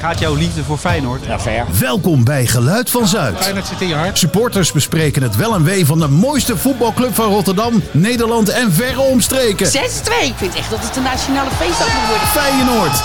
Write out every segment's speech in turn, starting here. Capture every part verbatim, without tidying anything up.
gaat jouw liefde voor Feyenoord? Ja, fair. Welkom bij Geluid van Zuid. Feyenoord zit in je hart. Supporters bespreken het wel en wee van de mooiste voetbalclub van Rotterdam, Nederland en verre omstreken. zes twee, ik vind echt dat het een nationale feestdag moet worden. Feyenoord.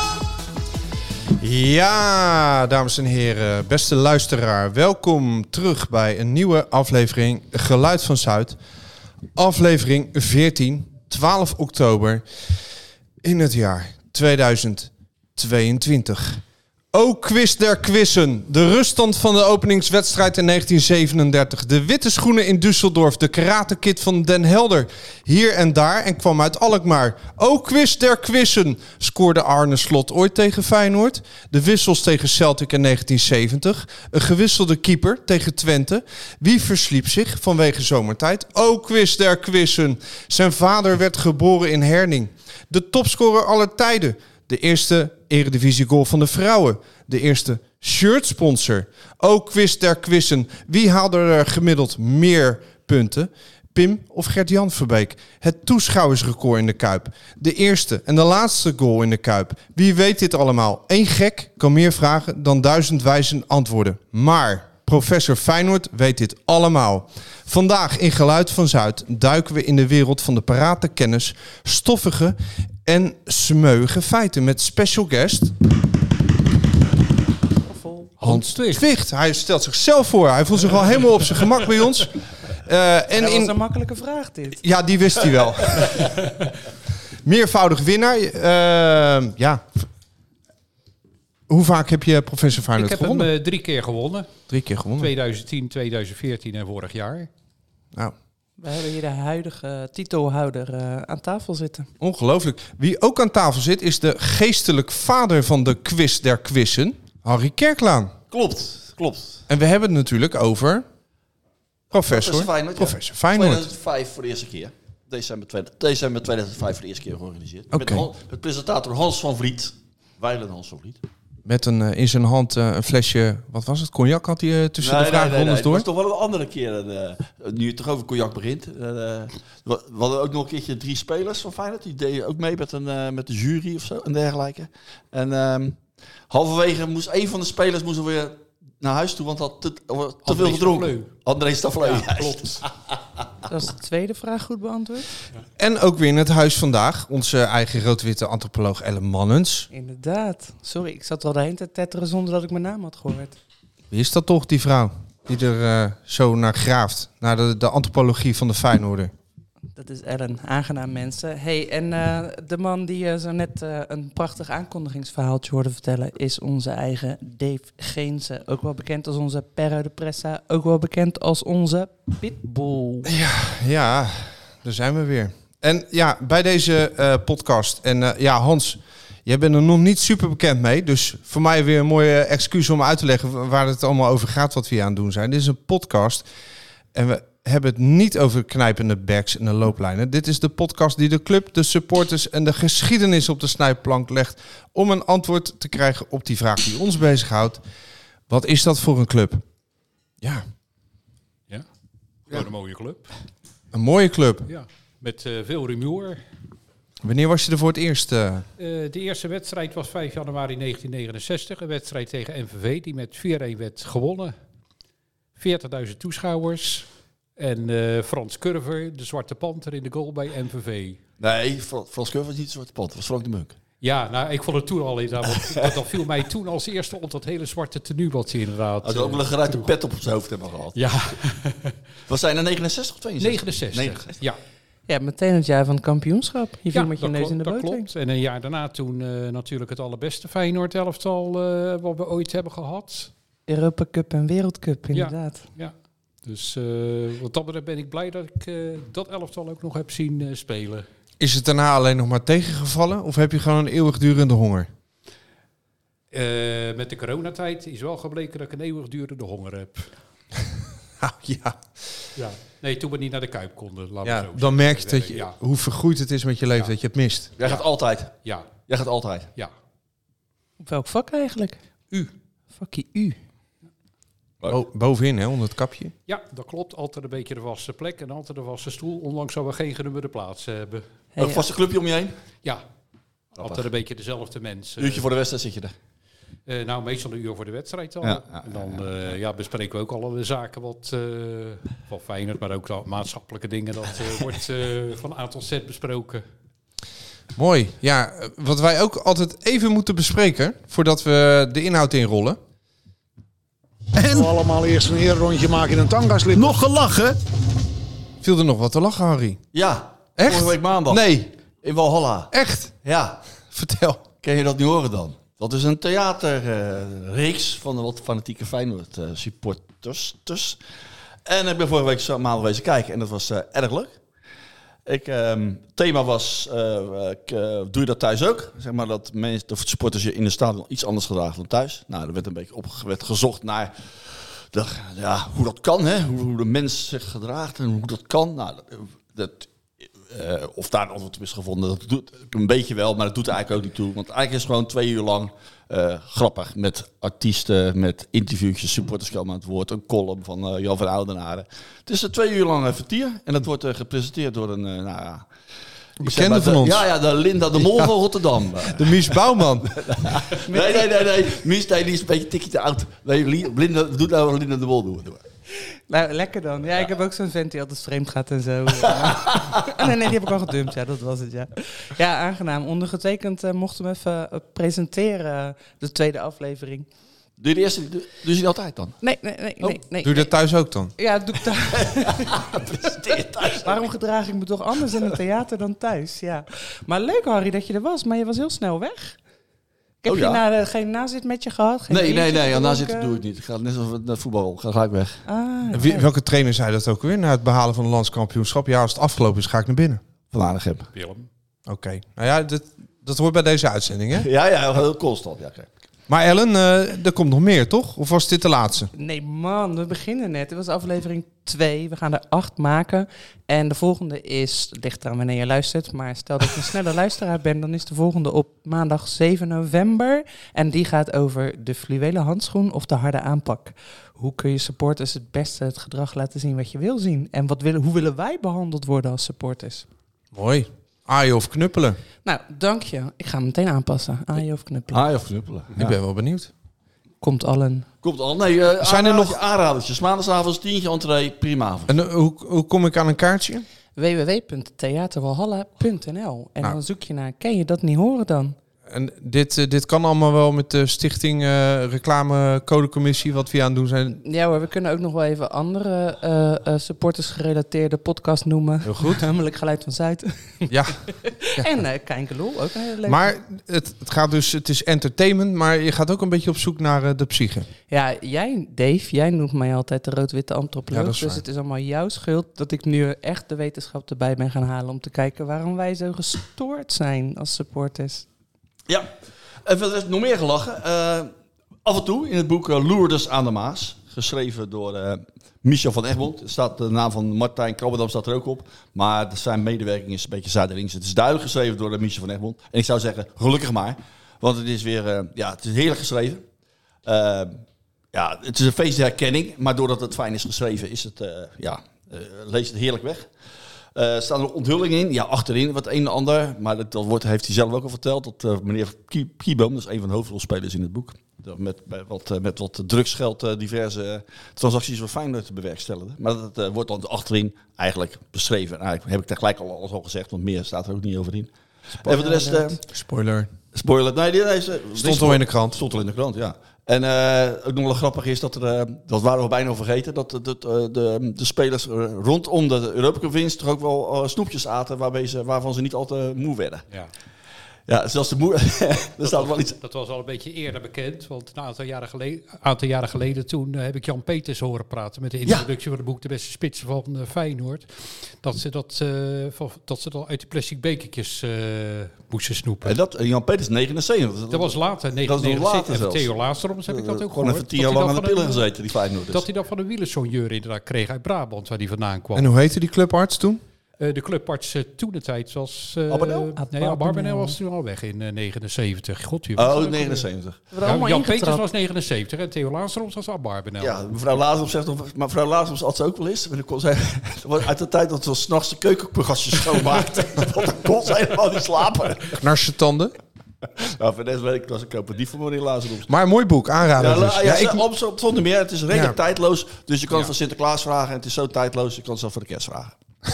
Ja, dames en heren, beste luisteraar. Welkom terug bij een nieuwe aflevering Geluid van Zuid. Aflevering veertien, twaalf oktober in het jaar tweeduizend tweeëntwintig. O quiz der quizzen. De ruststand van de openingswedstrijd in negentien zevenendertig. De witte schoenen in Düsseldorf. De karatekit van Den Helder. Hier en daar en kwam uit Alkmaar. O quiz der quizzen. Scoorde Arne Slot ooit tegen Feyenoord? De wissels tegen Celtic in negentien zeventig. Een gewisselde keeper tegen Twente. Wie versliep zich vanwege zomertijd? O quiz der quizzen. Zijn vader werd geboren in Herning. De topscorer aller tijden. De eerste eredivisie-goal van de vrouwen. De eerste shirtsponsor. Ook quiz der quizzen. Wie haalde er gemiddeld meer punten? Pim of Gert-Jan Verbeek? Het toeschouwersrecord in de Kuip. De eerste en de laatste goal in de Kuip. Wie weet dit allemaal? Eén gek kan meer vragen dan duizend wijze antwoorden. Maar professor Feyenoord weet dit allemaal. Vandaag in Geluid van Zuid duiken we in de wereld van de parate kennis, stoffige en smeuïge feiten met special guest Hans Twicht. Hij stelt zichzelf voor. Hij voelt zich al helemaal op zijn gemak bij ons. Uh, en dat was in... een makkelijke vraag dit. Ja, die wist hij wel. Meervoudig winnaar. Uh, ja. Hoe vaak heb je professor Feyenoord gewonnen? Ik heb hem uh, drie keer gewonnen. Drie keer gewonnen. tweeduizend tien, tweeduizend veertien en vorig jaar. Nou. We hebben hier de huidige titelhouder uh, aan tafel zitten. Ongelooflijk. Wie ook aan tafel zit is de geestelijk vader van de quiz der quizzen, Harry Kerklaan. Klopt, klopt. En we hebben het natuurlijk over professor, Professor Feyenoord. Professor Ja. Feyenoord. tweeduizend vijf voor de eerste keer. December, december tweeduizend vijf voor de eerste keer georganiseerd. Okay. Met, Han, met presentator Hans van Vliet. Wijlen Hans van Vliet. Met een, uh, in zijn hand uh, een flesje, wat was het, cognac had hij uh, tussen nee, de vragenrondes nee, nee, door? Dat was toch wel een andere keer. Uh, nu het toch over cognac begint. Uh, we hadden ook nog een keertje drie spelers van Feyenoord. Die deden ook mee met, een, uh, met de jury of zo en dergelijke. En um, halverwege moest een van de spelers moest weer naar huis toe, want had te, te veel gedronken. André Stafleu. Ja, klopt. Dat is de tweede vraag goed beantwoord. Ja. En ook weer in het huis vandaag, onze eigen rood-witte antropoloog Ellen Mannens. Inderdaad. Sorry, ik zat al de hele tijd te tetteren zonder dat ik mijn naam had gehoord. Wie is dat toch, die vrouw die er uh, zo naar graaft? Naar de, de antropologie van de Feyenoorder. Dat is Ellen. Aangenaam mensen. Hey, en uh, de man die uh, zo net uh, een prachtig aankondigingsverhaaltje hoorde vertellen is onze eigen Dave Geense. Ook wel bekend als onze Perro de Pressa. Ook wel bekend als onze Pitbull. Ja, ja, daar zijn we weer. En ja, bij deze uh, podcast. En uh, ja, Hans, jij bent er nog niet super bekend mee. Dus voor mij weer een mooie excuus om uit te leggen waar het allemaal over gaat wat we hier aan het doen zijn. Dit is een podcast en we hebben het niet over knijpende backs en de looplijnen. Dit is de podcast die de club, de supporters en de geschiedenis op de snijplank legt om een antwoord te krijgen op die vraag die ons bezighoudt. Wat is dat voor een club? Ja. Ja, gewoon een mooie club. Een mooie club. Ja, met uh, veel rumoer. Wanneer was je er voor het eerst? Uh... Uh, de eerste wedstrijd was vijf januari negentien negenenzestig. Een wedstrijd tegen M V V die met vier-een werd gewonnen. veertigduizend toeschouwers. En uh, Frans Curver, de Zwarte Panter in de goal bij M V V. Nee, Frans Curver was niet de Zwarte Panter, was Frank de Munk. Ja, nou, ik vond het toen al inderdaad. Want dat viel mij toen als eerste op dat hele zwarte tenue wat ze inderdaad... Hij had ook wel een geruite pet op zijn hoofd hebben gehad. Ja. Was hij naar negenenzestig of tweeënzestig? negenenzestig, negenenzestig. Ja. Ja, meteen het jaar van het kampioenschap. Je viel ja, met je neus klopt, in de boot. Dat klopt. En een jaar daarna toen uh, natuurlijk het allerbeste Feyenoord-elftal uh, wat we ooit hebben gehad. Europa Cup en Wereldcup, inderdaad. Ja, ja. Dus uh, wat dat betreft ben ik blij dat ik uh, dat elftal ook nog heb zien uh, spelen. Is het daarna alleen nog maar tegengevallen of heb je gewoon een eeuwigdurende honger? Uh, met de coronatijd is wel gebleken dat ik een eeuwigdurende honger heb. Oh, ja. ja. Nee, toen we niet naar de Kuip konden. Laat ja, zo dan merk je dat je, ja. hoe vergroeid het is met je leven, ja. dat je het mist. Jij gaat altijd. Ja. Jij gaat altijd. Ja. Op welk vak eigenlijk? U. Vakje U. Bo- bovenin, hè, onder het kapje. Ja, dat klopt. Altijd een beetje de vaste plek en altijd de vaste stoel. Ondanks dat we geen genummerde plaatsen hebben. Hey, een vaste clubje om je heen? Ja. Altijd een beetje dezelfde mensen. Een uurtje voor de wedstrijd zit je er? Uh, nou, meestal een uur voor de wedstrijd al. Ja, ja, en dan uh, ja, bespreken we ook alle zaken wat uh, van Feyenoord, maar ook de maatschappelijke dingen. Dat uh, wordt uh, van A tot Z besproken. Mooi. Ja, wat wij ook altijd even moeten bespreken, voordat we de inhoud inrollen. En allemaal eerst een herenrondje maken in een tangaslip. nog gelachen. Viel er nog wat te lachen, Harry? Ja, Echt? vorige week maandag. Nee, In Valhalla. echt? Ja, Vertel. kan je dat niet horen dan? Dat is een theaterreeks uh, van de wat fanatieke Feyenoord uh, supporters. Dus. En ik ben vorige week zo maandag wezen kijken en dat was uh, erg leuk. Ik, um, het thema was, uh, ik, uh, doe je dat thuis ook? Zeg maar dat mensen, de supporters je in de stadion iets anders gedragen dan thuis. Nou, er werd een beetje op, werd gezocht naar de, ja, hoe dat kan, hè? Hoe, hoe de mens zich gedraagt en hoe dat kan. Nou, dat, dat, uh, of daar een antwoord op is gevonden, dat doet een beetje wel, maar dat doet er eigenlijk ook niet toe. Want eigenlijk is het gewoon twee uur lang uh, grappig met artiesten, met interviewtjes, supporters komen aan het woord, een column van uh, Jan van Oudenaren. Het is een twee uur lang vertier en dat wordt uh, gepresenteerd door een, uh, nou ja, Bekende maar, van de, ons. Ja, ja, de Linda de Mol ja. van Rotterdam. De Mies Bouwman. nee, nee, nee, nee. Mies, nee, die is een beetje tikje te oud. Nee, Linda, doe nou wat Linda de Mol doen. Nou, lekker dan. Ja, ik heb ook zo'n vent die altijd vreemd gaat en zo. nee, nee, die heb ik al gedumpt. Ja, dat was het, ja. Ja, aangenaam. Ondergetekend uh, mochten we even uh, presenteren, de tweede aflevering. Doe je de eerste, doe, doe je die altijd dan? Nee, nee, nee. nee, nee Doe je dat thuis ook dan? Ja, doe ik thuis. thuis Waarom gedraag ik me toch anders in een theater dan thuis? Ja. Maar leuk, Harry, dat je er was. Maar je was heel snel weg. Ik heb oh, je ja. na, geen nazit met je gehad? Geen nee, nee, nee. Ja, nazit uh... doe ik niet. Ik ga net zoals naar voetbal. Ik ga gelijk weg. Ah, Wie, welke trainer zei dat ook weer? Na het behalen van een landskampioenschap. Ja, als het afgelopen is, ga ik naar binnen. Van Aardigem. Willem. Oké. Okay. Nou ja, dat, dat hoort bij deze uitzending, hè? Ja, ja. Heel constant. Ja, okay. Maar Ellen, uh, er komt nog meer, toch? Of was dit de laatste? Nee, man, we beginnen net. Dit was aflevering twee. We gaan er acht maken. En de volgende is, het ligt eraan wanneer je luistert, maar stel dat je een snelle luisteraar bent, dan is de volgende op maandag zeven november. En die gaat over de fluwelen handschoen of de harde aanpak. Hoe kun je supporters het beste het gedrag laten zien wat je wil zien? En wat willen, hoe willen wij behandeld worden als supporters? Mooi. Aaien of knuppelen? Nou, dank je. Ik ga hem meteen aanpassen. Aaien of knuppelen? Aaien of knuppelen. Ja. Ik ben wel benieuwd. Komt allen. Komt al. Nee, uh, zijn er nog aanradertjes? Maandagavond tientje entree, prima. En uh, hoe, hoe kom ik aan een kaartje? w w w punt theaterwalhalla punt n l En nou. dan zoek je naar, ken je dat niet horen dan? En dit, uh, dit kan allemaal wel met de stichting uh, reclamecodecommissie wat we aan het doen zijn. Ja hoor, we kunnen ook nog wel even andere uh, uh, supporters gerelateerde podcast noemen. Heel goed. Namelijk Geluid van Zuid. Ja. ja. En uh, Kijkenlol, ook een hele leuke. Maar het, het gaat dus, het is entertainment, maar je gaat ook een beetje op zoek naar uh, de psyche. Ja, jij Dave, jij noemt mij altijd de rood-witte antropoloog. Ja, dus waar. het is allemaal jouw schuld dat ik nu echt de wetenschap erbij ben gaan halen om te kijken waarom wij zo gestoord zijn als supporters. Ja, en er is nog meer gelachen. Uh, af en toe in het boek uh, Lourdes aan de Maas, geschreven door uh, Michel van Egmond. Er staat de naam van Martijn Krabberdam staat er ook op, maar zijn medewerking is een beetje zijdelings. Het is duidelijk geschreven door uh, Michel van Egmond. En ik zou zeggen, gelukkig maar, want het is weer, uh, ja, het is heerlijk geschreven. Uh, ja, het is een feest der herkenning, maar doordat het fijn is geschreven, is het, uh, ja, uh, leest het heerlijk weg. Er uh, staan er onthullingen in, ja, achterin wat een en ander. Maar dat, dat wordt, heeft hij zelf ook al verteld. Dat uh, meneer Kieboom, dat is een van de hoofdrolspelers in het boek, dat met, met, wat, uh, met wat drugsgeld uh, diverse uh, transacties van Feyenoord te bewerkstelligen. Maar dat uh, wordt dan achterin eigenlijk beschreven. En eigenlijk heb ik tegelijk al, al, al gezegd, want meer staat er ook niet over in. En voor de rest... Uh, Spoiler. Spoiler. Nee, die, nee, stond deze, al in de krant. Stond al in de krant, ja. En uh, ook nog wel grappig is dat er, uh, dat waren we bijna vergeten, dat de, de, de, de spelers rondom de Europa Cup winst toch ook wel uh, snoepjes aten waarbij ze, waarvan ze niet al te moe werden. Ja. Ja, zelfs de moe... er staat wel iets... Dat was al een beetje eerder bekend, want een aantal jaren geleden, aantal jaren geleden toen uh, heb ik Jan Peters horen praten met de introductie ja. van het boek De Beste Spitsen van uh, Feyenoord. Dat ze dat, uh, van, dat ze dat uit de plastic bekertjes uh, moesten snoepen. En dat, Jan Peters negenenzeventig. Dat, dat was later, negentien negenennegentig. En Theo Laasteroms heb ik dat ook Gewoon even tien jaar lang aan de pillen gezeten, die Feyenoorders. Dat hij dat van een wielersonjeur inderdaad kreeg uit Brabant, waar die vandaan kwam. En hoe heette die clubarts toen? Uh, de clubarts uh, toen de tijd was... Uh, Abbenel? Nee, Abbenel was toen al weg in uh, negenenzeventig. God, wie oh, negenenzeventig. Ja, Jan Peters was negenenzeventig en Theo Laasteroms was Abbenel. Ja, mevrouw Laasteroms zegt nog... Maar mevrouw Laasteroms had ze ook wel eens. Kon zij, uit de tijd dat ze 's nachts de keukenpagastjes schoonmaakte. Want dan kon ze helemaal niet slapen. Knarse tanden? Nou, voor deze week was ik kopen die voor meneer Lazarus. Maar een mooi boek, aanraden. Ja, dus. ja, Ja, ja, ik, op, op, zonder meer. Het is redelijk Ja. tijdloos. Dus je kan Ja. het van Sinterklaas vragen. En het is zo tijdloos. Je kan het zelf voor de kerst vragen.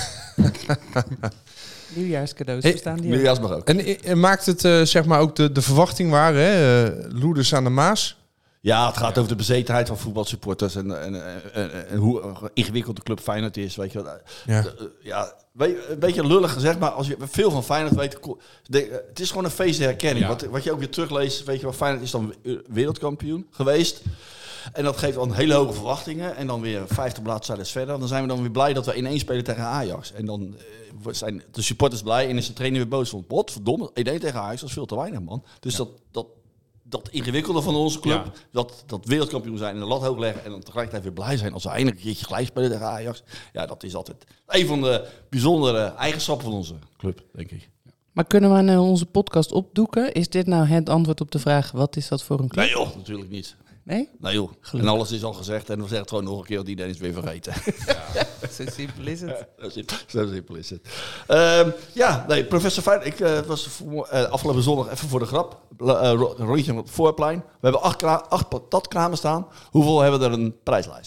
Nieuwjaarscadeaus, Hey, bestaan die ook? Nieuwjaars mag ook. en, en maakt het uh, zeg maar ook de, de verwachting waar, hè? Uh, Loerders aan de Maas. Ja, het gaat over de bezetenheid van voetbalsupporters. En, en, en, en, en hoe ingewikkeld de club Feyenoord is. Weet je wat. Ja. De, ja, weet, een beetje lullig gezegd. Maar als je veel van Feyenoord weet. De, het is gewoon een feest der herkenning. Ja. Wat, wat je ook weer terugleest. Weet je wel, Feyenoord is dan wereldkampioen geweest. En dat geeft dan hele hoge verwachtingen. En dan weer vijftig bladzijden verder. Dan zijn we dan weer blij dat we ineens spelen tegen Ajax. En dan uh, zijn de supporters blij. En is de trainer weer boos. Want wat verdomme, één-één tegen Ajax, dat is veel te weinig, man. Dus ja. dat, dat, dat ingewikkelde van onze club. Ja. Dat, dat wereldkampioen zijn en de lat hoog leggen. En dan tegelijkertijd weer blij zijn als we eindelijk een keertje gelijk spelen tegen Ajax. Ja, dat is altijd een van de bijzondere eigenschappen van onze club, denk ik. Maar kunnen we nou onze podcast opdoeken? Is dit nou het antwoord op de vraag, wat is dat voor een club? Nee joh, natuurlijk niet. Nee? Nee joh. En alles is al gezegd en we zeggen het gewoon nog een keer, want iedereen is weer vergeten. Ja. Zo simpel is het. Zo simpel, zo simpel is het. Um, ja, nee, professor Fijn, ik uh, was voor, uh, afgelopen zondag even voor de grap. Uh, een rondje op het Voorplein. We hebben acht, kra- acht patatkramen staan. Hoeveel hebben er een prijslijst?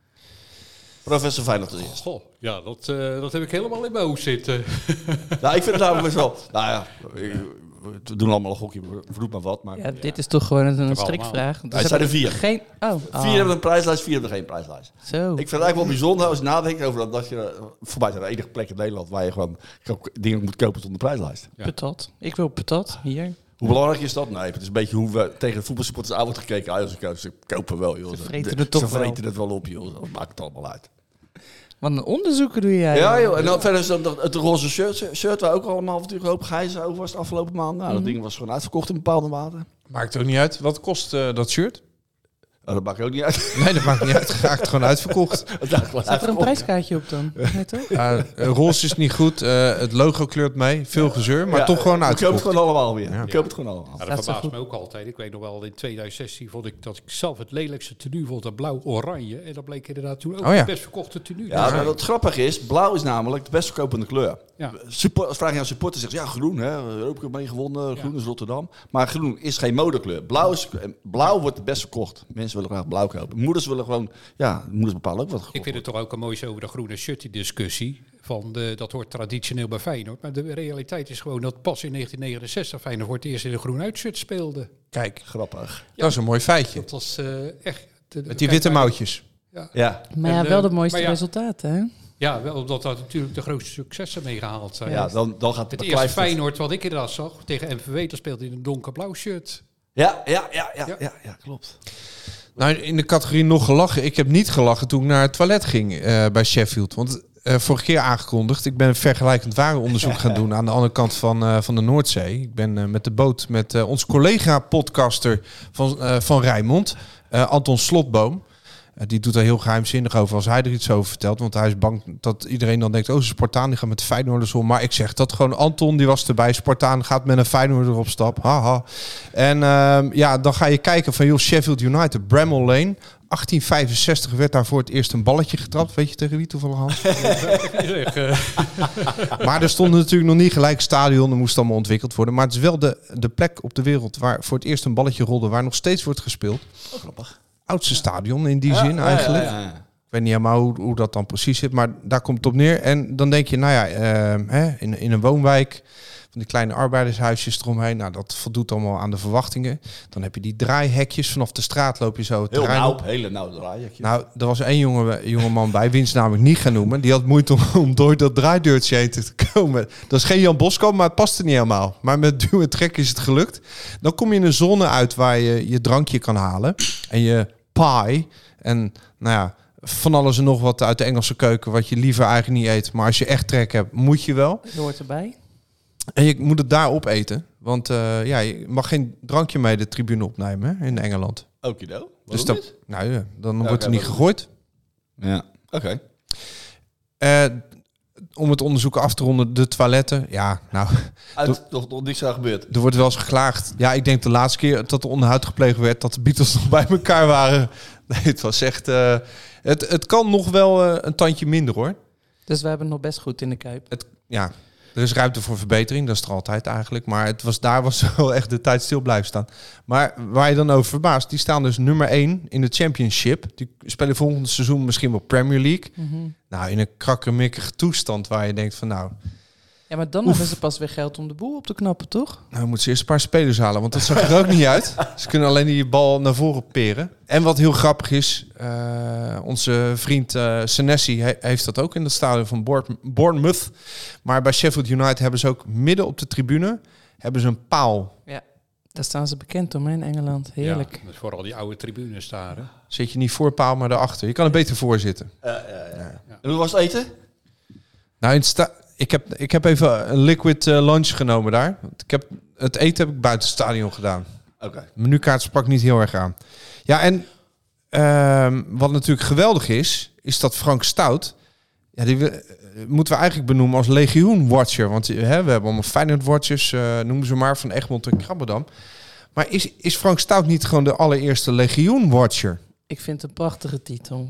Professor Feyenoord als eerst. Goh, ja, dat, uh, dat heb ik helemaal in mijn hoofd zitten. Nou, ik vind het namelijk best wel... Nou ja, we doen allemaal een gokje, vroeg maar wat. Maar, ja, dit ja. is toch gewoon een, een strikvraag. Dus het zijn er vier. Geen, oh, oh. Vier hebben een prijslijst, vier hebben geen prijslijst. Zo. Ik vind het eigenlijk wel bijzonder als je nadenkt over dat, dat je... Voor mij zijn de enige plek in Nederland waar je gewoon dingen moet kopen zonder prijslijst. Ja. Patat. Ik wil patat, hier. Hoe belangrijk is dat? Nee, het is een beetje hoe we tegen de voetbalsupporters aan wordt gekeken. Ah, ze, kopen, ze kopen wel, joh. Ze vreten de, het toch Ze vreten wel. het wel op, joh. Dat maakt het allemaal uit. Wat een onderzoeken doe jij. Ja, joh. En dan verder is dat het roze shirt, shirt waar ook allemaal natuurlijk hoop gijzen over was de afgelopen maand. Nou, Mm-hmm. dat ding was gewoon uitverkocht in bepaalde mate. Maakt ook niet uit. Wat kost uh, dat shirt? Oh, dat maakt ook niet uit. Nee, dat maakt niet uit. Raakt gewoon uitverkocht. Staat er een prijskaartje op dan? Nee, toch? Uh, roze is niet goed. Uh, het logo kleurt mee. Veel gezeur, maar ja, toch gewoon uitverkocht. Ik koop het gewoon allemaal weer. Ja. Ik koop het gewoon allemaal. Ja, dat verbaast me ook altijd. Ik weet nog wel, in twintig zestien vond ik dat ik zelf het lelijkste tenue vond, dat blauw-oranje. En dat bleek inderdaad toen ook oh, ja. de best verkochte tenue. Ja, maar wat grappig is, blauw is namelijk de best verkopende kleur. Ja. Support, als vraag je aan supporters, zegt ja, groen, hè, Europa Cup mee gewonnen, groen ja. is Rotterdam. Maar groen is geen modekleur. Blauw, is, blauw wordt het best verkocht. Mensen willen graag blauw kopen. Moeders willen gewoon, ja, moeders bepalen ook wat gekocht. Ik vind het toch ook een mooiste over de groene shirtie discussie. Van de, dat hoort traditioneel bij Feyenoord. Maar de realiteit is gewoon dat pas in negentien negenenzestig Feyenoord voor het eerst in een groen uitshirt speelde. Kijk, grappig. Ja. Dat is een mooi feitje. Dat was uh, echt... De, Met die witte mouwtjes. Ja. ja. Maar ja, en, wel de mooiste ja, resultaten, hè? Ja, wel omdat dat natuurlijk de grootste successen mee gehaald zijn. Ja, dan, dan gaat het eerste Feyenoord wat ik inderdaad zag tegen M V W, dat speelde hij in een donkerblauw shirt. Ja, ja, ja, ja, ja, ja, ja klopt. Nou, in de categorie nog gelachen. Ik heb niet gelachen toen ik naar het toilet ging uh, bij Sheffield. Want uh, vorige keer aangekondigd, ik ben een vergelijkend warenonderzoek gaan doen aan de andere kant van, uh, van de Noordzee. Ik ben uh, met de boot met uh, onze collega-podcaster van, uh, van Rijnmond, uh, Anton Slotboom. Uh, die doet er heel geheimzinnig over als hij er iets over vertelt. Want hij is bang dat iedereen dan denkt, oh, ze Spartaan, die gaat met Feyenoorders om. Maar ik zeg dat gewoon, Anton, die was erbij. Spartaan gaat met een Feyenoorder op stap. Haha. En uh, ja, dan ga je kijken van, joh, Sheffield United, Bramall Lane. achttien vijfenzestig werd daar voor het eerst een balletje getrapt. Weet je tegen wie toevallig, Hans? Maar er stond natuurlijk nog niet gelijk stadion. Er moest allemaal ontwikkeld worden. Maar het is wel de, de plek op de wereld waar voor het eerst een balletje rolde, waar nog steeds wordt gespeeld. Oh, grappig. Oudste stadion in die ja, zin eigenlijk. Ja, ja, ja. Ik weet niet helemaal hoe, hoe dat dan precies zit, maar daar komt het op neer. En dan denk je, nou ja, uh, hè, in, in een woonwijk, van die kleine arbeidershuisjes eromheen, nou dat voldoet allemaal aan de verwachtingen. Dan heb je die draaihekjes, vanaf de straat loop je zo het heel terrein nauw, op. Hele nauw draaihekje. Nou, er was één jonge, jonge man bij, wiens naam ik niet ga noemen. Die had moeite om, om door dat draaideurtje heen te komen. Dat is geen Jan Bosko, maar het paste niet helemaal. Maar met duw en trek is het gelukt. Dan kom je in een zone uit waar je je drankje kan halen. En je pie. En nou ja, van alles en nog wat uit de Engelse keuken, wat je liever eigenlijk niet eet. Maar als je echt trek hebt, moet je wel. Dat hoort erbij. En je moet het daar opeten. Want uh, ja, je mag geen drankje mee de tribune opnemen hè, in Engeland. Okido. Dus dan, nou ja, dan ja, wordt er okay, niet gegooid. Ja, oké. Okay. Uh, om het onderzoek af te ronden, de toiletten. Ja, nou... Uit, nog, nog niks aan gebeurd. Er wordt wel eens geklaagd. Ja, ik denk de laatste keer dat er onderhoud gepleegd werd, dat de Beatles nog bij elkaar waren. Nee, het was echt... Uh, het, het kan nog wel uh, een tandje minder, hoor. Dus we hebben het nog best goed in de Kuip. Het, ja. Er is ruimte voor verbetering, dat is er altijd eigenlijk. Maar het was, daar was wel echt de tijd stil blijven staan. Maar waar je dan over verbaast, die staan dus nummer één in de Championship. Die spelen volgend seizoen misschien wel Premier League. Mm-hmm. Nou, in een krakkemikkige toestand waar je denkt van nou... Ja, maar dan Oef. hebben ze pas weer geld om de boel op te knappen, toch? Nou, moeten ze eerst een paar spelers halen, want dat zag er ook niet uit. Ze kunnen alleen die bal naar voren peren. En wat heel grappig is, uh, onze vriend uh, Senesi he- heeft dat ook in het stadion van Bourne- Bournemouth. Maar bij Sheffield United hebben ze ook midden op de tribune hebben ze een paal. Daar staan ze bekend om, hè, in Engeland. Heerlijk. Ja, dat is vooral die oude tribunes daar. Hè? Zit je niet voor paal, maar daarachter. Je kan er beter voor zitten. Uh, uh, ja. Ja. En hoe was het eten? Nou, in het sta- ik, heb, ik heb even een liquid uh, lunch genomen daar. Want ik heb, het eten heb ik buiten het stadion gedaan. Oké. Okay. De menukaart sprak niet heel erg aan. Ja, en uh, wat natuurlijk geweldig is, is dat Frank Stout... Ja, die we, uh, moeten we eigenlijk benoemen als legioen-watcher. Want uh, hè, we hebben allemaal Feyenoord-watchers, uh, noemen ze maar, van Egmond en Krabbedam. Maar is, is Frank Stout niet gewoon de allereerste legioen-watcher? Ik vind het een prachtige titel.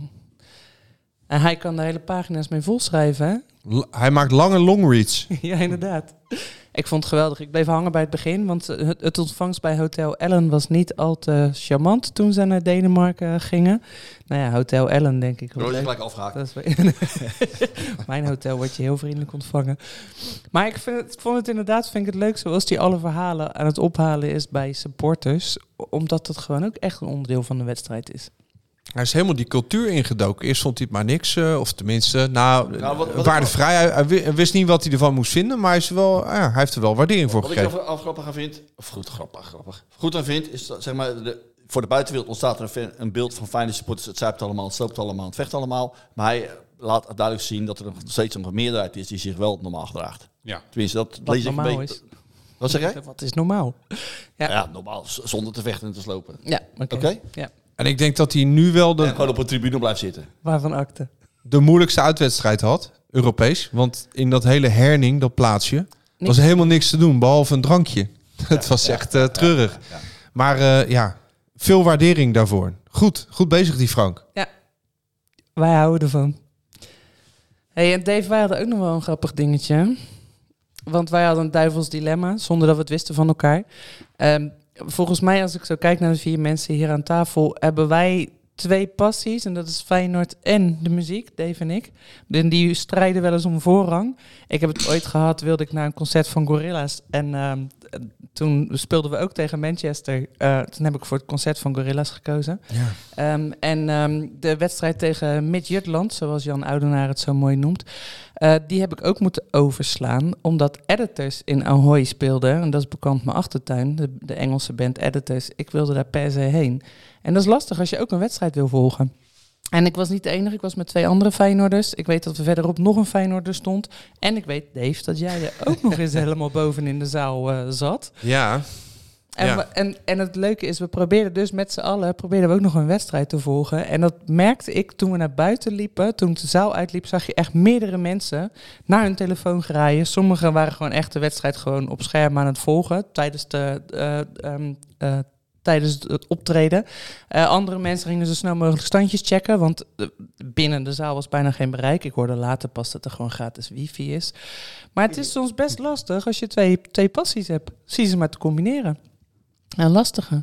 En hij kan de hele pagina's mee volschrijven, hè? L- hij maakt lange longreads. Ja, inderdaad. Ik vond het geweldig. Ik bleef hangen bij het begin, want het, het ontvangst bij Hotel Ellen was niet al te charmant toen ze naar Denemarken gingen. Nou ja, Hotel Ellen, denk ik. Word je gelijk afgehaakt. Dat is wel- Mijn hotel wordt je heel vriendelijk ontvangen. Maar ik, vind het, ik vond het inderdaad vind ik het leuk zoals die alle verhalen aan het ophalen is bij supporters. Omdat het gewoon ook echt een onderdeel van de wedstrijd is. Hij is helemaal die cultuur ingedoken. Eerst vond hij het maar niks, uh, of tenminste, nou, Nou, wat- wat waardevrij. Hij, hij wi- hij wist niet wat hij ervan moest vinden, maar hij, is wel, ja, hij heeft er wel waardering voor Wat ik gekregen. er af grappig aan vind, of goed, grappig, grappig. Goed aan vind, is dat zeg maar, de, voor de buitenwereld ontstaat er een, fe- een beeld van fijne supporters. Het zuipt allemaal, het sloopt allemaal, het vecht allemaal. Maar hij laat duidelijk zien dat er nog steeds een meerderheid is die zich wel normaal gedraagt. Ja. Tenminste, dat Wat lees ik een normaal beetje. is. Wat zeg jij? Wat is normaal? Ja, Ja, normaal, z- zonder te vechten en te slopen. ja oké. Oké? Ja. En ik denk dat hij nu wel En de, gewoon op een tribune blijft zitten. Waarvan akte? de moeilijkste uitwedstrijd had, Europees. Want in dat hele Herning, dat plaatsje, was er helemaal niks te doen, behalve een drankje. Het was echt uh, treurig. Ja, ja. Maar uh, ja, veel waardering daarvoor. Goed, goed bezig die Frank. Wij houden ervan. Hey, en Dave, wij hadden ook nog wel een grappig dingetje. Want wij hadden een duivels dilemma, zonder dat we het wisten van elkaar. Um, volgens mij, als ik zo kijk naar de vier mensen hier aan tafel, hebben wij twee passies. En dat is Feyenoord en de muziek, Dave en ik. En die strijden wel eens om voorrang. Ik heb het ooit gehad, wilde ik naar een concert van Gorillaz. En um, toen speelden we ook tegen Manchester. Uh, toen heb ik voor het concert van Gorillaz gekozen. Ja. Um, en um, de wedstrijd tegen Midtjutland, zoals Jan Oudenaar het zo mooi noemt, uh, die heb ik ook moeten overslaan, omdat Editors in Ahoy speelden. En dat is bekend mijn achtertuin, de, de Engelse band Editors. Ik wilde daar per se heen. En dat is lastig als je ook een wedstrijd wil volgen. En ik was niet de enige, ik was met twee andere Feyenoorders. Ik weet dat er verderop nog een Feyenoorder stond. En ik weet, Dave, dat jij er ook nog eens helemaal boven in de zaal uh, zat. Ja. En, Ja. we, en, en het leuke is, we probeerden dus met z'n allen probeerden we ook nog een wedstrijd te volgen. En dat merkte ik toen we naar buiten liepen. Toen de zaal uitliep, zag je echt meerdere mensen naar hun telefoon graaien. Sommigen waren gewoon echt de wedstrijd gewoon op scherm aan het volgen tijdens de... Uh, um, uh, tijdens het optreden. Uh, andere mensen gingen zo snel mogelijk standjes checken, want uh, binnen de zaal was bijna geen bereik. Ik hoorde later pas dat er gewoon gratis wifi is. Maar het is soms best lastig als je twee, twee passies hebt. Zie ze maar te combineren. Een lastige.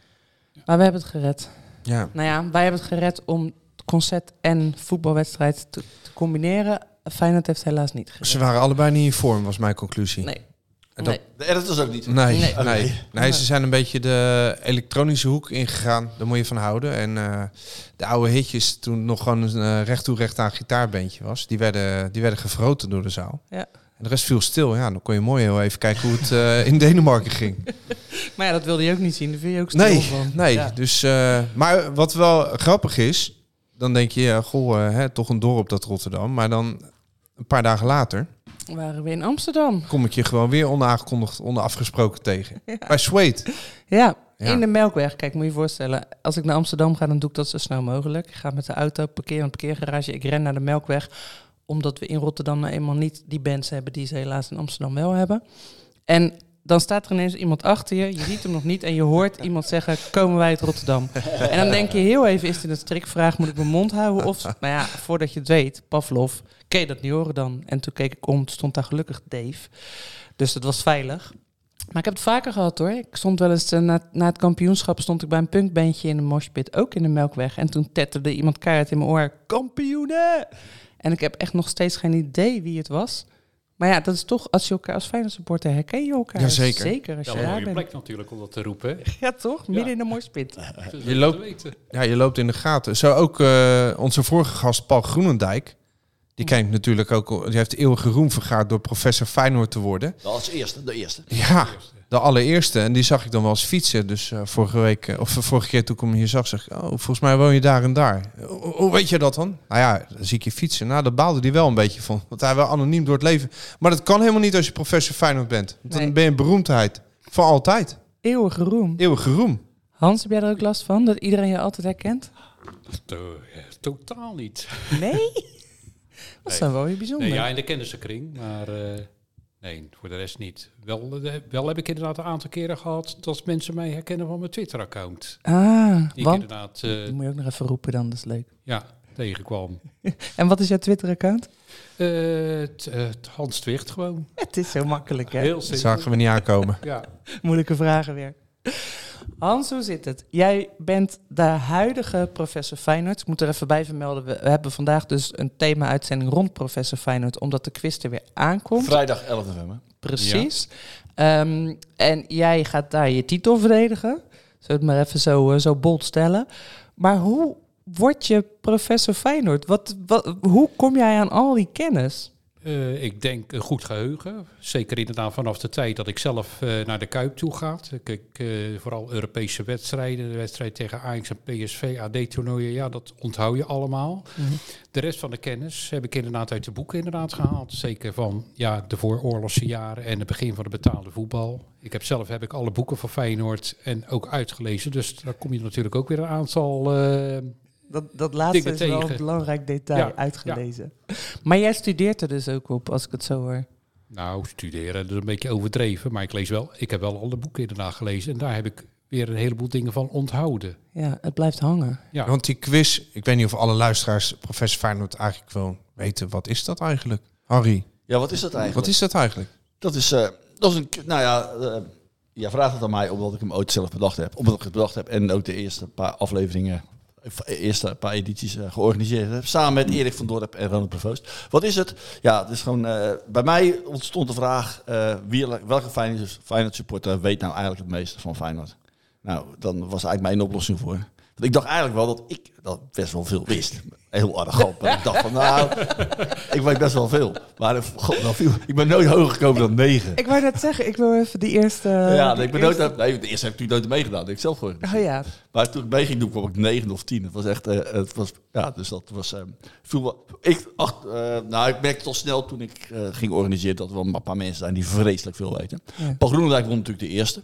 Maar we hebben het gered. Ja. Nou ja, wij hebben het gered om concert en voetbalwedstrijd te, te combineren. Feyenoord heeft helaas niet gered. Ze waren allebei niet in vorm, was mijn conclusie. Nee. En dat- nee. De editors ook niet. Nee, Nee. nee. Oké. nee, ze zijn een beetje de elektronische hoek ingegaan. Daar moet je van houden. En uh, de oude hitjes, toen het nog gewoon een uh, recht toe recht aan gitaarbandje was, die werden, die werden gefroten door de zaal. Ja. En de rest viel stil. Ja, dan kon je mooi heel even kijken hoe het uh, in Denemarken ging. Maar ja, dat wilde je ook niet zien. Daar vind je ook stil Nee, van. nee. Ja. Dus, uh, maar wat wel grappig is, dan denk je, ja, goh, uh, hè, toch een dorp dat Rotterdam. Maar dan een paar dagen later Waren we in Amsterdam. kom ik je gewoon weer onaangekondigd, onafgesproken tegen. Ja. Bij Suede. Ja, Ja. in de Melkweg. Kijk, moet je je voorstellen. Als ik naar Amsterdam ga, dan doe ik dat zo snel mogelijk. Ik ga met de auto, parkeer in een parkeergarage. Ik ren naar de Melkweg. Omdat we in Rotterdam nou eenmaal niet die bands hebben die ze helaas in Amsterdam wel hebben. En dan staat er ineens iemand achter je. Je ziet hem nog niet en je hoort iemand zeggen, komen wij uit Rotterdam? En dan denk je heel even, is dit een strikvraag? Moet ik mijn mond houden? Of, nou ja, voordat je het weet, Pavlov, Kun je dat niet horen dan? En toen keek ik om, toen stond daar gelukkig Dave. Dus dat was veilig. Maar ik heb het vaker gehad hoor. Ik stond wel eens, uh, na, na het kampioenschap stond ik bij een punkbandje in de moshpit, ook in de Melkweg. En toen tetterde iemand keihard in mijn oor, kampioenen! En ik heb echt nog steeds geen idee wie het was. Maar ja, dat is toch, als je elkaar als Feyenoord supporter herken je elkaar. Jazeker. Zeker als Ja, je een daar mooie bent. plek natuurlijk om dat te roepen. hè. Ja toch? Midden in de moshpit. Dus Je dat loopt- te weten. Ja, je loopt in de gaten. Zo ook uh, onze vorige gast Paul Groenendijk. Die ken ik natuurlijk ook. Die heeft eeuwige roem vergaard door professor Feyenoord te worden. Dat was de eerste, de eerste. Ja, de allereerste. En die zag ik dan wel eens fietsen. Dus uh, vorige week, uh, of uh, vorige keer toen ik hem hier zag, zeg ik, oh, volgens mij woon je daar en daar. Uh, hoe weet je dat dan? Nou ja, dan zie ik je fietsen. Nou, daar baalde hij wel een beetje van. Want hij wel anoniem door het leven. Maar dat kan helemaal niet als je professor Feyenoord bent. Want dan Nee. ben je een beroemdheid. Voor altijd. Eeuwige roem. Eeuwige roem. Hans, heb jij er ook last van? Dat iedereen je altijd herkent? To- ja, totaal niet. Nee? Dat is dan wel weer bijzonder. Nee, ja, in de kennissenkring, maar uh, nee, voor de rest niet. Wel, uh, wel heb ik inderdaad een aantal keren gehad dat mensen mij herkennen van mijn Twitter-account. Ah, Die ik want? inderdaad uh, Dat moet je ook nog even roepen dan, dat is leuk. ja, tegenkwam. En wat is jouw Twitter-account? Uh, t, uh, t- Hans Twicht gewoon. Het is zo makkelijk, hè? Heel Dat simpel. zagen we niet aankomen. Ja. Moeilijke vragen weer. Hans, hoe zit het? Jij bent de huidige professor Feyenoord. Ik moet er even bij vermelden. We hebben vandaag dus een thema-uitzending rond professor Feyenoord, omdat de quiz er weer aankomt. Vrijdag elf november. Precies. Um, en jij gaat daar je titel verdedigen. Zullen we het maar even zo, uh, zo bold stellen. Maar hoe word je professor Feyenoord? Wat, wat, hoe kom jij aan al die kennis? Uh, ik denk een goed geheugen. Zeker inderdaad vanaf de tijd dat ik zelf uh, naar de Kuip toe ga. Kijk, uh, vooral Europese wedstrijden. De wedstrijd tegen Ajax en P S V, A D-toernooien. Ja, dat onthoud je allemaal. Mm-hmm. De rest van de kennis heb ik inderdaad uit de boeken inderdaad gehaald. Zeker van ja, de vooroorlogse jaren en het begin van de betaalde voetbal. Ik heb zelf heb ik alle boeken van Feyenoord en ook uitgelezen. Dus daar kom je natuurlijk ook weer een aantal... Uh, Dat, dat laatste Dingen is wel tegen. een belangrijk detail, Ja, uitgelezen. Ja. Maar jij studeert er dus ook op, als ik het zo hoor. Nou, studeren, dat is een beetje overdreven. Maar ik lees wel, ik heb wel alle boeken inderdaad gelezen. En daar heb ik weer een heleboel dingen van onthouden. Ja, het blijft hangen. Ja. Want die quiz, ik weet niet of alle luisteraars professor Feyenoord eigenlijk wel weten. Wat is dat eigenlijk? Harry, Ja, wat is dat eigenlijk? wat is dat eigenlijk? Dat is, uh, dat is een, nou ja, uh, jij vraagt het aan mij omdat ik hem ooit zelf bedacht heb. Omdat ik het bedacht heb en ook de eerste paar afleveringen, de eerste paar edities uh, georganiseerd heb. Samen met Erik van Dorp en Ronald Provoost. Wat is het? Ja, het is gewoon, uh, bij mij ontstond de vraag, uh, wie, welke Feyenoord, Feyenoord supporter weet nou eigenlijk het meeste van Feyenoord? Nou, dan was eigenlijk mijn oplossing voor. Want ik dacht eigenlijk wel dat ik dat best wel veel wist. Heel arrogant. Maar ik dacht van, nou, ik weet best wel veel. Maar god, nou, viel, ik ben nooit hoger gekomen dan negen. Ik wou net zeggen, ik wil even die eerste... Ja, die ik ben eerste... nooit, nee, de eerste heb ik natuurlijk nooit meegedaan. Dat heb ik zelf gewoon. Oh ja. Maar toen ik mee ging doen, kwam ik negen of tien. Het was echt, uh, het was, ja, dus dat was, um, viel wel, ik, ach, uh, nou, ik merkte al snel toen ik uh, ging organiseren dat er wel een paar mensen zijn die vreselijk veel weten. Ja. Paul Groenendijk won natuurlijk de eerste.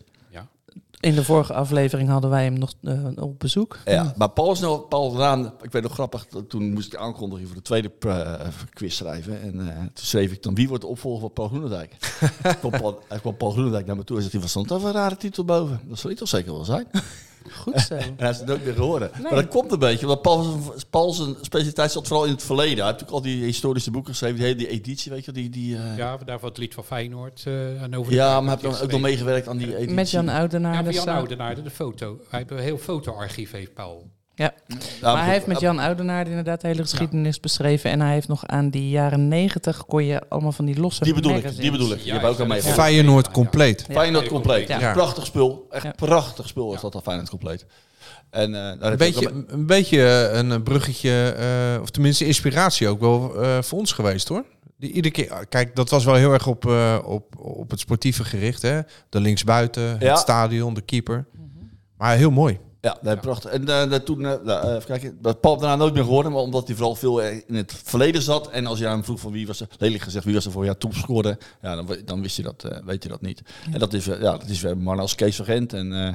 In de vorige aflevering hadden wij hem nog uh, op bezoek. Ja, maar Paul is nog, Paul Raan, ik weet nog grappig, toen moest ik aankondigen voor de tweede uh, quiz schrijven. En uh, toen schreef ik dan, wie wordt de opvolger van Paul Groenendijk? Hij kwam Paul, hij kwam Paul Groenendijk naar me toe en zei, wat stond daar voor een rare titel boven? Dat zal hij toch zeker wel zijn? Goed zo. En hij is het ook weer gehoord. Nee. Maar dat komt een beetje, omdat Paul zijn, Paul zijn specialiteit zat vooral in het verleden. Hij heeft natuurlijk al die historische boeken geschreven, die hele die editie, weet je die... die uh... Ja, daarvoor het lied van Feyenoord. Uh, en over ja, maar hij heeft ook nog meegewerkt aan die editie. Met Jan Oudenaar. Ja, met Jan sa- Oudenaar, de foto. Hij heeft een heel fotoarchief, heeft Paul. Ja, Ja, maar hij heeft met Jan Oudenaar inderdaad de hele geschiedenis ja. beschreven. En hij heeft nog aan die jaren negentig kon je allemaal van die losse Die bedoel ik, magazines. die bedoel ik. Je Ja, hebt ook aan mij ja. Feyenoord compleet. Ja. Feyenoord compleet. Ja. Ja. Prachtig spul. Echt Ja. prachtig spul is Ja. dat al Feyenoord compleet. En, uh, daar Een heb je ook beetje, aan mij- een beetje een bruggetje, uh, of tenminste inspiratie ook wel uh, voor ons geweest hoor. Die, iedere keer, kijk, dat was wel heel erg op, uh, op, op het sportieve gericht. Hè? De linksbuiten, Ja. het stadion, de keeper. Maar heel mooi. Ja, nee, prachtig. En uh, toen, uh, nou, even kijken, dat Paul daarna nooit meer geworden, maar omdat hij vooral veel in het verleden zat. En als je aan hem vroeg van wie was er, lelijk gezegd, wie was er voor jou topscorer, ja, dan, dan wist je dat, uh, weet je dat niet. Ja. En dat is, uh, ja, dat is weer mannen als Kees van Gent en uh,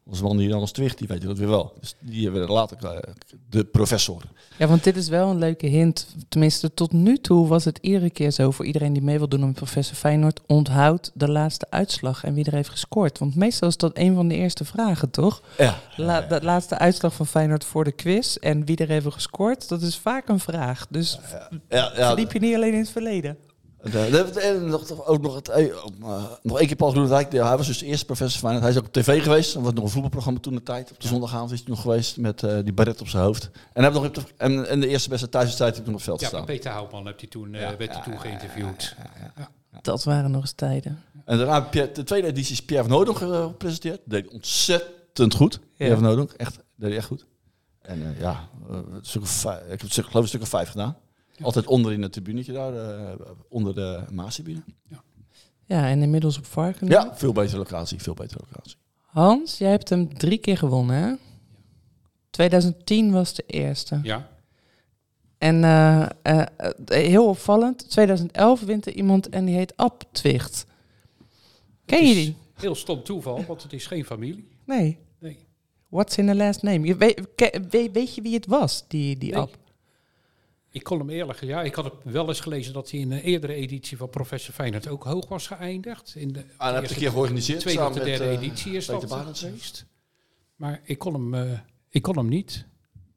Onze man die dan ons twicht, die weet dat weer wel. Dus die hebben we later uh, de professor. Ja, want dit is wel een leuke hint. Tenminste, tot nu toe was het iedere keer zo voor iedereen die mee wil doen om professor Feyenoord. Onthoud de laatste uitslag en wie er heeft gescoord. Want meestal is dat een van de eerste vragen, toch? Ja. La- de laatste uitslag van Feyenoord voor de quiz en wie er heeft gescoord. Dat is vaak een vraag. Dus Ja, ja, ja, verdiep je niet alleen in het verleden. De, de, de, nog, ook nog, het, uh, nog één keer Paul Groenendijk. Hij was dus de eerste professor Feyenoord. Hij is ook op tv geweest. Er was nog een voetbalprogramma toen de tijd. Op de zondagavond is hij nog geweest met uh, die baret op zijn hoofd. En, hij nog op de, en, en de eerste beste thuiswedstrijd heb ik nog op het veld Ja, gestaan. Peter Houtman heb die toen, uh, Ja, werd hij ja, toen ja, geïnterviewd. ja, ja, ja, ja. Dat waren nog eens tijden. En daarna Pierre, de tweede editie is Pierre van Hooydonk uh, gepresenteerd. Deed ontzettend goed. Pierre van Hooydonk, echt, deed hij echt goed. En uh, ja, uh, een stuk of vijf, ik heb het stuk, geloof ik een stuk of vijf gedaan. Ja. Altijd onder in het tribunetje daar, uh, onder de Maastribune. Ja. ja, en inmiddels op Varken. Ja, veel betere locatie, veel betere locatie. Hans, jij hebt hem drie keer gewonnen, hè? twintig tien was de eerste. Ja. En uh, uh, heel opvallend, twintig elf wint er iemand en die heet Ab Twicht. Ken je die? Heel stom toeval, want het is geen familie. Nee. Nee. What's in the last name? Je weet, ke, weet, weet je wie het was, die, die Nee. Ab? Ik kon hem eerlijk ja, ik had het wel eens gelezen dat hij in een eerdere editie van Professor Feyenoord ook hoog was geëindigd. In de Ah, dat heb je een keer georganiseerd. tweede of de samen derde met, uh, editie is Peter dat Barends. geweest. Maar ik kon hem, uh, ik kon hem niet.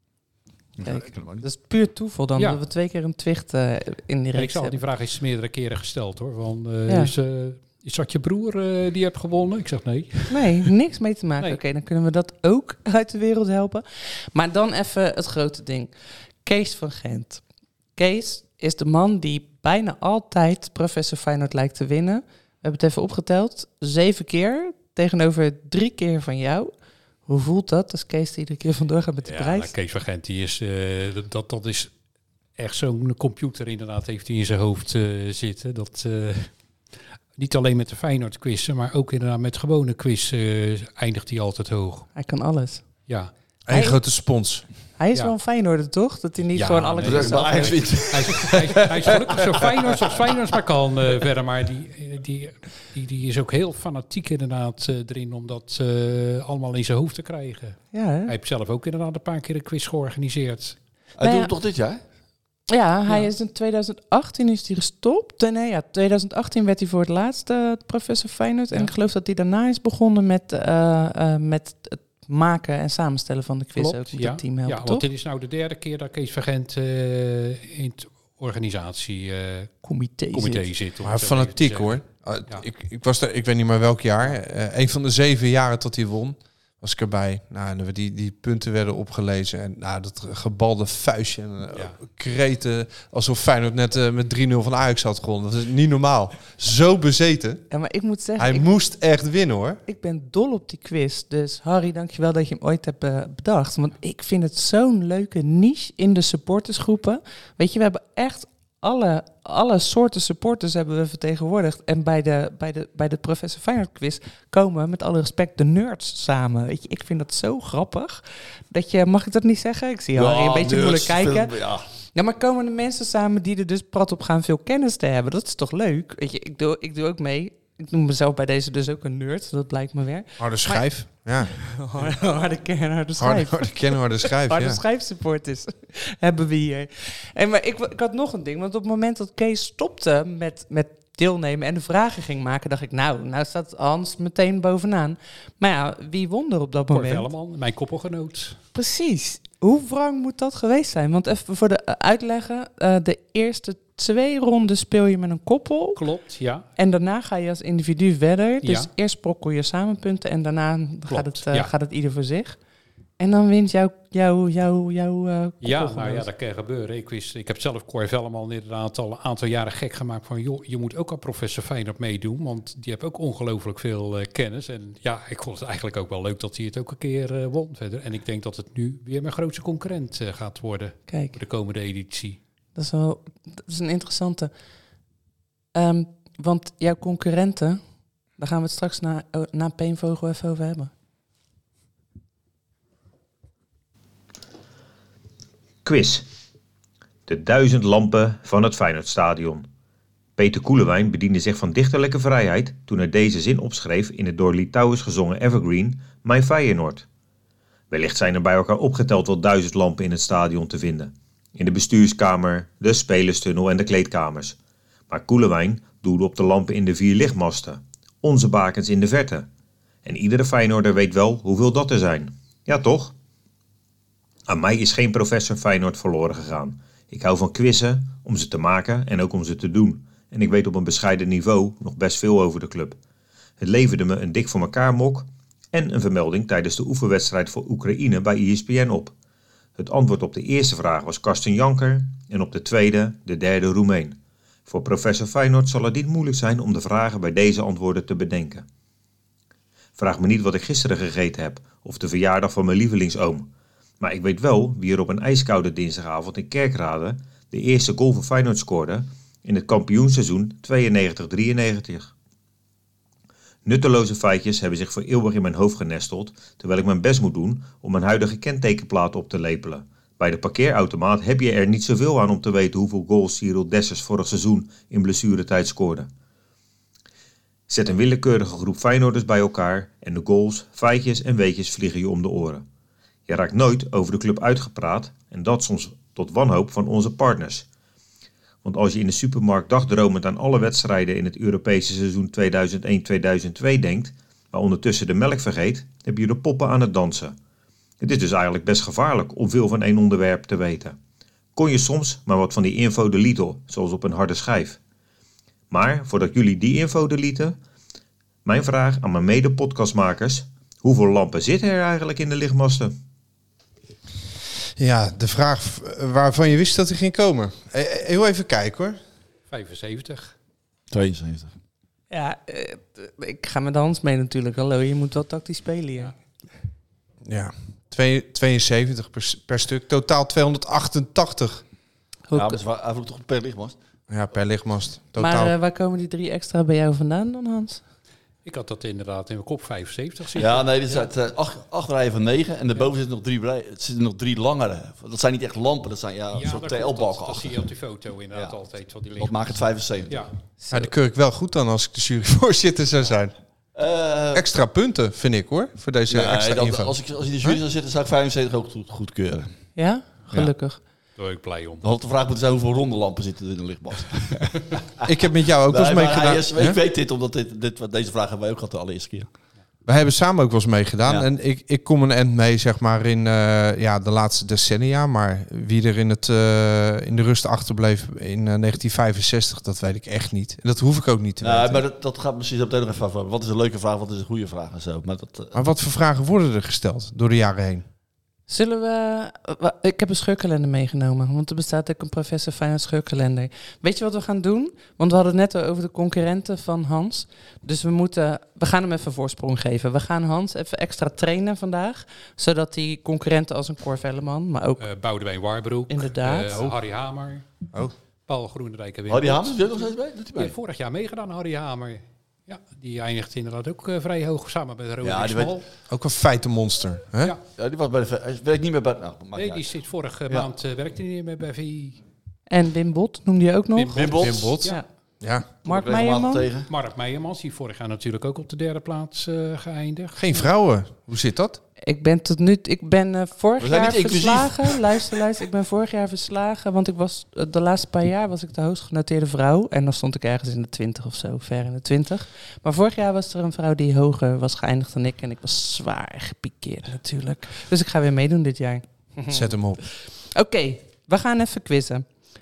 Kijk, ik ken hem ook niet. dat is puur toeval dan, Ja. dat we twee keer een Twicht uh, in die En ik reeks zal die hebben. vraag eens meerdere keren gesteld hoor. Van, uh, Ja. is, uh, is dat je broer uh, die hebt gewonnen? Ik zeg nee. Nee, niks mee te maken. Nee. Oké, okay, dan kunnen we dat ook uit de wereld helpen. Maar dan even het grote ding. Kees van Gent. Kees is de man die bijna altijd professor Feyenoord lijkt te winnen. We hebben het even opgeteld. Zeven keer tegenover drie keer van jou. Hoe voelt dat als Kees er iedere keer vandoor gaat met de Ja, prijs? nou, Kees van Gent, die is, uh, dat, dat is echt zo'n computer inderdaad, heeft hij in zijn hoofd uh, zitten. Dat uh, niet alleen met de Feyenoord quizzen, maar ook inderdaad met gewone quiz uh, eindigt hij altijd hoog. Hij kan alles. Ja. Een Hij- grote spons. Hij is Ja. wel een Feyenoorder, toch? Dat hij niet Ja, gewoon alle nee, quizzen Maar af Ajax heeft. wint. Hij is, hij, is, hij is gelukkig zo Feyenoord als Feyenoord maar kan uh, verder. Maar die, die, die, die is ook heel fanatiek inderdaad uh, erin om dat uh, allemaal in zijn hoofd te krijgen. Ja, hè? Hij heeft zelf ook inderdaad een paar keer een quiz georganiseerd. Hij Nou doet ja. het toch dit jaar? Ja, hij Ja. is in twintig achttien is hij gestopt. Nee, ja, twintig achttien werd hij voor het laatst uh, professor Feyenoord. En Ja. ik geloof dat hij daarna is begonnen met, uh, uh, met het maken en samenstellen van de quiz. Ook met ja. het team helpen, ja, toch? want dit is nou de derde keer dat Kees van Gent uh, in het organisatie uh, Comité, comité zit. zit. om Maar het zo even te fanatiek zeggen. hoor. Uh, Ja. ik, ik was er, ik weet niet meer welk jaar. Uh, een van de zeven jaren tot hij won, was ik erbij. Nou, en die, die punten werden opgelezen. En nou, dat gebalde vuistje en uh, Ja. kreten. Alsof Feyenoord net uh, met drie nul van Ajax had gewonnen. Dat is niet normaal. Zo bezeten. Ja, maar ik moet zeggen, Hij ik, moest echt winnen hoor. ik ben dol op die quiz. Dus Harry, dankjewel dat je hem ooit hebt uh, bedacht. Want ik vind het zo'n leuke niche in de supportersgroepen. Weet je, we hebben echt alle, alle soorten supporters hebben we vertegenwoordigd. En bij de, bij de, bij de Professor Feyenoord quiz komen, met alle respect, de nerds samen. Weet je, ik vind dat zo grappig. Dat je, mag ik dat niet zeggen? Ik zie Harry een beetje moeilijk kijken. Ja. Ja, maar komen de mensen samen die er dus prat op gaan veel kennis te hebben? Dat is toch leuk? Weet je, ik doe, ik doe ook mee. Ik noem mezelf bij deze dus ook een nerd. Dat blijkt me weer. Harde schijf. Ja. Harde, harde kern, harde Harde, schijf. harde kennen, harde schijf. Harde Ja. schijfsupporters hebben we hier. En maar ik, ik had nog een ding. Want op het moment dat Kees stopte met, met deelnemen en de vragen ging maken, dacht ik, nou, nou staat Hans meteen bovenaan. Maar ja, wie won er op dat Cor moment? Velleman, mijn koppelgenoot. Precies. Hoe wrang moet dat geweest zijn? Want even voor de uh, uitleggen. Uh, de eerste twee ronden speel je met een koppel. Klopt, ja. En daarna ga je als individu verder. Dus Ja. eerst sprokkel je samen punten en daarna gaat het, uh, ja. gaat het ieder voor zich. En dan wint jouw jouw jouw jouw uh, Ja, koppelgenoot. nou ja, dat kan gebeuren. Ik, wist, ik heb zelf Cor Velleman inderdaad al een aantal jaren gek gemaakt van, joh, je moet ook aan professor Feyenoord meedoen, want die heeft ook ongelooflijk veel uh, kennis. En ja, ik vond het eigenlijk ook wel leuk dat hij het ook een keer uh, won verder. En ik denk dat het nu weer mijn grootste concurrent uh, gaat worden Kijk, voor de komende editie. dat is wel dat is een interessante. Um, want jouw concurrenten, daar gaan we het straks na, uh, na Peenvogel even over hebben. Quiz. De duizend lampen van het Feyenoordstadion. Peter Koelewijn bediende zich van dichterlijke vrijheid toen hij deze zin opschreef in het door Litouwers gezongen evergreen Mijn Feyenoord. Wellicht zijn er bij elkaar opgeteld wel duizend lampen in het stadion te vinden. In de bestuurskamer, de spelerstunnel en de kleedkamers. Maar Koelewijn doelde op de lampen in de vier lichtmasten. Onze bakens in de verte. En iedere Feyenoorder weet wel hoeveel dat er zijn. Ja, toch? Aan mij is geen professor Feyenoord verloren gegaan. Ik hou van quizzen, om ze te maken en ook om ze te doen. En ik weet op een bescheiden niveau nog best veel over de club. Het leverde me een dik voor elkaar mok en een vermelding tijdens de oefenwedstrijd voor Oekraïne bij E S P N op. Het antwoord op de eerste vraag was Karsten Janker en op de tweede de derde Roemeen. Voor professor Feyenoord zal het niet moeilijk zijn om de vragen bij deze antwoorden te bedenken. Vraag me niet wat ik gisteren gegeten heb of de verjaardag van mijn lievelingsoom. Maar ik weet wel wie er op een ijskoude dinsdagavond in Kerkrade de eerste goal van Feyenoord scoorde in het kampioenseizoen tweeënnegentig drieënnegentig. Nutteloze feitjes hebben zich voor eeuwig in mijn hoofd genesteld, terwijl ik mijn best moet doen om mijn huidige kentekenplaat op te lepelen. Bij de parkeerautomaat heb je er niet zoveel aan om te weten hoeveel goals Cyril Dessers vorig seizoen in blessuretijd scoorde. Zet een willekeurige groep Feyenoorders bij elkaar en de goals, feitjes en weetjes vliegen je om de oren. Je raakt nooit over de club uitgepraat en dat soms tot wanhoop van onze partners. Want als je in de supermarkt dagdromend aan alle wedstrijden in het Europese seizoen tweeduizend één tweeduizend twee denkt, maar ondertussen de melk vergeet, heb je de poppen aan het dansen. Het is dus eigenlijk best gevaarlijk om veel van één onderwerp te weten. Kon je soms maar wat van die info deleten, zoals op een harde schijf. Maar voordat jullie die info deleten, mijn vraag aan mijn mede-podcastmakers: hoeveel lampen zitten er eigenlijk in de lichtmasten? Ja, de vraag waarvan je wist dat hij ging komen. Heel even kijken hoor. vijfenzeventig. tweeënzeventig. Ja, eh, ik ga met Hans mee natuurlijk. Hallo, je moet wel tactisch spelen hier. Ja, twee- tweeënzeventig per, per stuk. Totaal tweehonderdachtentachtig. Hoe- Ja, maar dat is hij vroeg toch per lichtmast? Ja, per lichtmast. Totaal. maar uh, waar komen die drie extra bij jou vandaan dan, Hans? Ik had dat inderdaad in mijn kop vijfenzeventig zitten. Ja, nee, dit is uit uh, acht, acht rijen van negen. En daarboven zitten nog drie, rij- het zitten nog drie langere. Dat zijn niet echt lampen, dat zijn ja, een Ja, soort dat, klopt, dat, T L-balken. dat zie je op die foto inderdaad Ja. altijd. Van die Dat maakt het vijfenzeventig. Ja, Ja, die keur ik wel goed dan als ik de juryvoorzitter zou zijn. Uh, Extra punten vind ik hoor, voor deze nee, extra dat, info. als, ik, als je in de jury zou zitten, zou ik vijfenzeventig ook goed, goedkeuren. Ja, gelukkig. daar ben ik blij om. Dan had de vraag moeten zijn hoeveel ronde lampen zitten er in de lichtmast. Ik heb met jou ook wel eens Nee, maar meegedaan. hij is- Hè? ik weet dit, omdat dit, dit, wat deze vraag hebben wij ook gehad de allereerste keer. We hebben samen ook wel eens meegedaan. Ja. En ik, ik kom een end mee, zeg maar, in uh, ja, de laatste decennia. Maar wie er in, het, uh, in de rust achterbleef in uh, negentien vijfenzestig, dat weet ik echt niet. En dat hoef ik ook niet te Nou, weten. maar dat, dat gaat misschien zo meteen nog even over. Wat is een leuke vraag, wat is een goede vraag en zo. Maar dat, uh, Maar wat voor vragen worden er gesteld door de jaren heen? Zullen we... wa- Ik heb een scheurkalender meegenomen, want er bestaat ook een professor Feyenoord scheurkalender. Weet je wat we gaan doen? Want we hadden het net over de concurrenten van Hans. Dus we moeten... We gaan hem even een voorsprong geven. We gaan Hans even extra trainen vandaag, zodat die concurrenten als een Cor Velleman, maar ook... Uh, Boudewijn Warbroek. Inderdaad. Uh, Harry Hamer. Oh. Paul Groenendijk. en Wim oh, die Bos. Hamers doet nog steeds mee? Doet hij Die mee? heeft vorig jaar meegedaan, Harry Hamer. Ja, die eindigt inderdaad ook uh, vrij hoog samen met Roderick Ja, die weet- Small. Ook een feitenmonster. Hè? Ja. Ja, die was bij de... Hij werkt niet meer bij... Nou, maakt Nee, niet die uit. zit vorige Ja. maand uh, werkte hij niet meer bij V I. En Wim Bot noemde je ook nog. Wim Wim Bos. Wim Bot. Ja. Ja. Mark Kom ik regelmatig Meijerman. tegen. Mark Meijermans, die vorig jaar natuurlijk ook op de derde plaats uh, geëindigd. Geen vrouwen. Hoe zit dat? Ik ben tot nu, ik ben uh, vorig We zijn jaar niet inclusief. verslagen. Luister, luister. Ik ben vorig jaar verslagen, want ik was uh, de laatste paar jaar was ik de hoogst genoteerde vrouw en dan stond ik ergens in de twintig of zo, ver in de twintig. Maar vorig jaar was er een vrouw die hoger was geëindigd dan ik en ik was zwaar gepikeerd natuurlijk. Dus ik ga weer meedoen dit jaar. Zet hem op. Oké, we gaan even quizzen.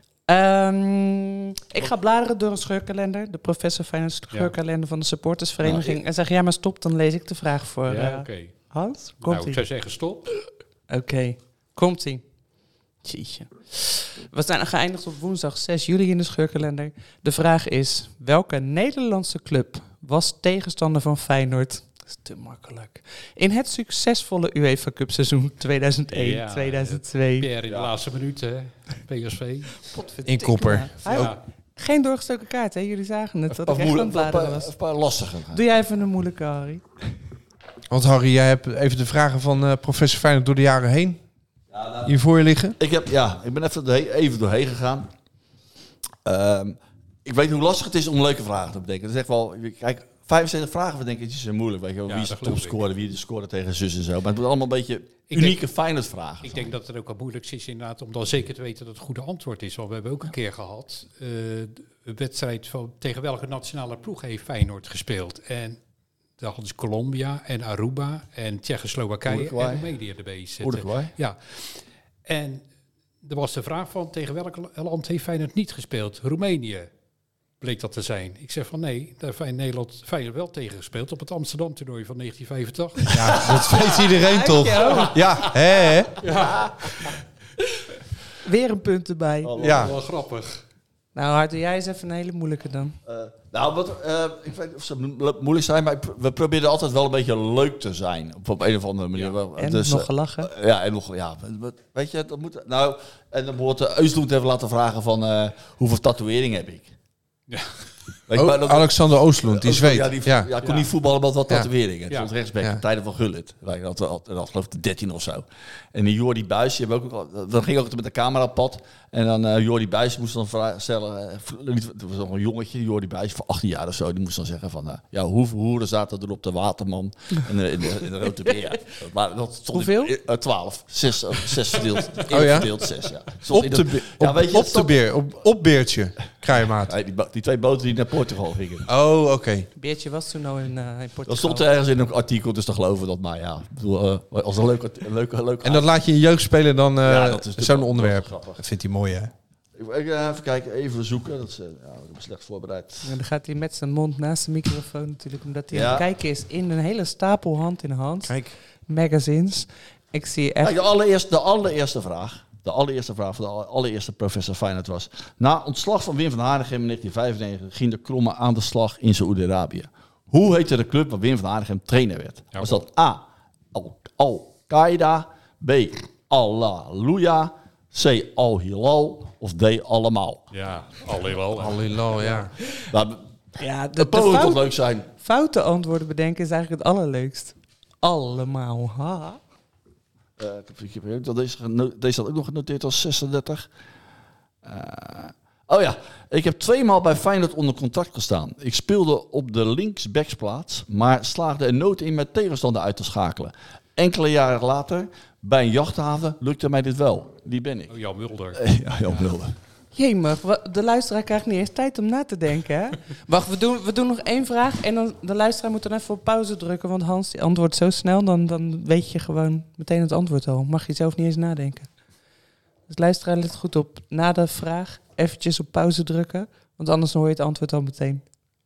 Ehm, ik ga bladeren door een scheurkalender, de professor Feyenoord scheurkalender van de supportersvereniging. Nou, ik- En zeg, ja maar stop, dan lees ik de vraag voor Ja, uh, oké. Hans. Komt Nou, ik zou zeggen stop. Oké, komt-ie. Jeetje. We zijn geëindigd op woensdag zes juli in de scheurkalender. De vraag is, welke Nederlandse club was tegenstander van Feyenoord? Dat is te makkelijk. In het succesvolle UEFA Cup seizoen tweeduizend één Ja, tweeduizend twee. Pierre in de laatste minuten, P S V. Inkopper. Hij- Ja. Geen doorgestoken kaart, hè? Jullie zagen het, dat Of ik echt aan moeilijk, het of bladeren een was. paar lastige. Doe jij even een moeilijke, Harry. Want Harry, jij hebt even de vragen van uh, professor Feyenoord door de jaren heen hier voor je liggen. Ik, heb, ja, ik ben even, doorheen, even doorheen gegaan. Ehm, ik weet hoe lastig het is om leuke vragen te bedenken. Dat is echt wel... Kijk, vijfenzeventig vragen bedenken is moeilijk. Weet je wel. Ja, Wie is de dat geloof topscorer, wie de scoorde tegen zus en zo. Maar het moet allemaal een beetje Ik unieke denk- Feyenoord vragen. Ik denk dat het ook wel moeilijk is inderdaad om dan zeker te weten dat het goede antwoord is. Want we hebben ook een keer gehad, uh, de wedstrijd van tegen welke nationale ploeg heeft Feyenoord gespeeld. En daar hadden ze Colombia en Aruba en Tsjechoslowakije Uruguay. en Roemenië erbij zitten. Uruguay. Ja. En er was de vraag van tegen welk land heeft Feyenoord niet gespeeld? Roemenië bleek dat te zijn. Ik zeg van nee, daar heeft Nederland Feyenoord wel tegen gespeeld op het Amsterdam toernooi van negentien vijfentachtig. Ja, dat weet iedereen toch? Ja, hè? hè? Weer een punt erbij. Oh, Ja. Wel grappig. Nou, Hart, doe jij eens even een hele moeilijke dan. Uh, nou, wat, uh, ik weet niet of ze mo- moeilijk zijn, maar ik, we proberen altijd wel een beetje leuk te zijn. Op, op een of andere manier. Ja. En dus, nog uh, gelachen. uh, ja, en nog, ja. Weet je, dat moet... Nou, en dan wordt uh, Eusloend even laten vragen van uh, hoeveel tatoeëringen heb ik? Ja. Weet je, Oh, maar dat- Alexander Oostlund, die zweet. Ja, die, Ja. ja, kon Ja. niet voetballen, maar wat Ja. tatoeëringen. Ja. Soms rechtsback, Ja. in tijden van Gullit. Wij hadden al- dat geloof ik dertien of zo. En die Jordi Buijs, die hebben ook, al- dan ging ook met de camera op pad. En dan uh, Jordi Buijs moest dan vra- stellen, uh, niet- er was nog een jongetje, Jordi Buijs van achttien jaar of zo. Die moest dan zeggen van, uh, ja, hoeveel hoeren zaten er op de Waterman en uh, in, de, in de Rote Beer? Dat, waren- dat stond Hoeveel? in- uh, twaalf. Zes, uh, zes verdeeld. Oh ja? Verdeeld zes, ja. Stond Op in de, be- ja, op, weet je, op het de stond- beer, op, op beertje, krijmaat. Nee, die, bo- die twee boten die naar Portugal gingen. Oh, oké. Beertje was toen al in, uh, in Portugal. Dat stond er ergens in een artikel, dus dan geloven we dat maar. Ja, ik bedoel, uh, als een leuk, een leuke, leuke. En dat laat je in jeugdspeler dan uh, Ja, dat is natuurlijk zo'n wel- onderwerp. wel grappig. Dat vindt hij mooi, hè? Ik, ik, uh, even kijken, even zoeken. Dat is, uh, ja, ik ben slecht voorbereid. Ja, dan gaat hij met zijn mond naast de microfoon natuurlijk, omdat hij Ja. aan het kijken is in een hele stapel hand in hand. Kijk. Magazines. Ik zie echt... Kijk, de, allereerste, de allereerste vraag. De allereerste vraag van de allereerste professor Feyenoord was: na ontslag van Wim van Hanegem in negentien vijfennegentig ging de Kromme aan de slag in Saoedi-Arabië. Hoe heette de club waar Wim van Hanegem trainer werd? Ja, Was dat A. Al- Al-Qaeda, B. Al-Luya, C. Al-Hilal of D. Allemaal? Ja, al Halleluja, ja. Nou, Ja, de, dat de poging fout- toch leuk zijn. foute antwoorden bedenken is eigenlijk het allerleukst. Allemaal. Ha. Uh, ik heb hier ook dat deze, geno- deze had ook nog genoteerd als zesendertig. Uh, oh ja, ik heb tweemaal bij Feyenoord onder contract gestaan. Ik speelde op de linksbacksplaats, maar slaagde er nooit in met tegenstander uit te schakelen. Enkele jaren later, bij een jachthaven, lukte mij dit wel. Die ben ik. Oh, Jan Mulder. Eh, ja, Jan Mulder. Jemig, wa- de luisteraar krijgt niet eens tijd om na te denken, hè? Wacht, we doen, we doen nog één vraag en dan de luisteraar moet dan even op pauze drukken, want Hans die antwoordt zo snel, dan, dan weet je gewoon meteen het antwoord al. Mag je zelf niet eens nadenken. Dus luisteraar, let goed op. Na de vraag eventjes op pauze drukken, want anders hoor je het antwoord al meteen.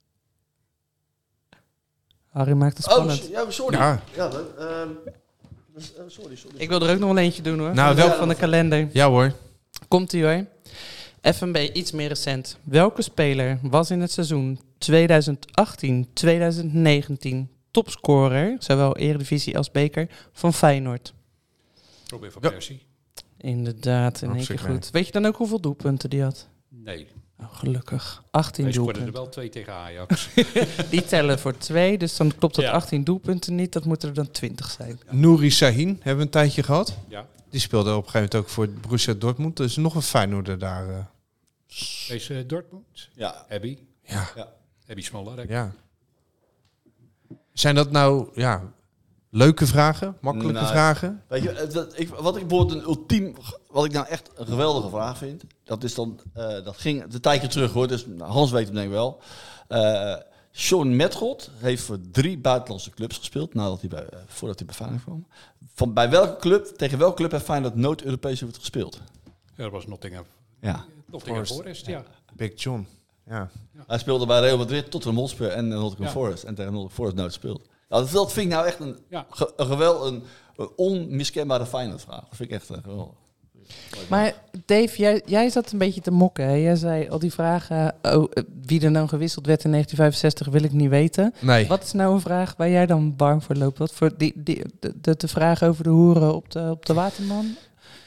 Harry maakt het Oh, spannend. s- ja, sorry. Ja. Ja, dat, ehm, dat is- eh, sorry, sorry. Ik wil er ook nog wel eentje doen, hoor. Nou, Van- wel- van de kalender. Ja hoor. Komt-ie hoor. F N B, iets meer recent. Welke speler was in het seizoen tweeduizend achttien tweeduizend negentien topscorer, zowel Eredivisie als Beker, van Feyenoord? Robin van Ja. Persie. Inderdaad, in Op één keer zich, goed. Weet je dan ook hoeveel doelpunten die had? Nee, Oh, gelukkig. achttien hij scoorde er doelpunten. wel twee tegen Ajax. Die tellen voor twee, dus dan klopt dat Ja. achttien doelpunten niet. Dat moeten er dan twintig zijn. Nouri Sahin hebben we een tijdje gehad. Ja, Die speelde op een gegeven moment ook voor Borussia Dortmund. Er is nog een Feyenoorder daar. uh, deze uh, Dortmund. Ja, Abby. ja. Abby Smoller. ja. Zijn dat nou ja, leuke vragen? Makkelijke Nou, vragen? weet je, het- wat ik, wat ik bijvoorbeeld een ultiem, wat ik nou echt een geweldige vraag vind, dat is dan, eh, dat ging een tijdje terug hoor, dus Hans weet hem denk ik wel. Eh Sean Metgold heeft voor drie buitenlandse clubs gespeeld, nadat hij bij, eh, voordat hij bij Feyenoord kwam. Van, bij welke club, tegen welke club heeft Feyenoord nooit Europees heeft gespeeld? Ja, dat was Nottingham. Ja. Nottingham Forest. Forest, ja. Big John. Ja. Hij speelde bij Real Madrid, Tottenham Hotspur en Nottingham Ja. Forest. En tegen Nottingham Forest nooit gespeeld. Nou, dat, dat vind ik nou echt een, Ja. ge, een geweld, een, een onmiskenbare Feyenoord-vraag. Dat vind ik echt een geweldig. Maar Dave, jij, jij zat een beetje te mokken. Hè? Jij zei al die vragen, oh, eh, wie er nou gewisseld werd in negentien vijfenzestig wil ik niet weten. Nee. Wat is nou een vraag waar jij dan bang voor loopt? Wat voor die, die, de, de, de vraag over de hoeren op de, op de Waterman?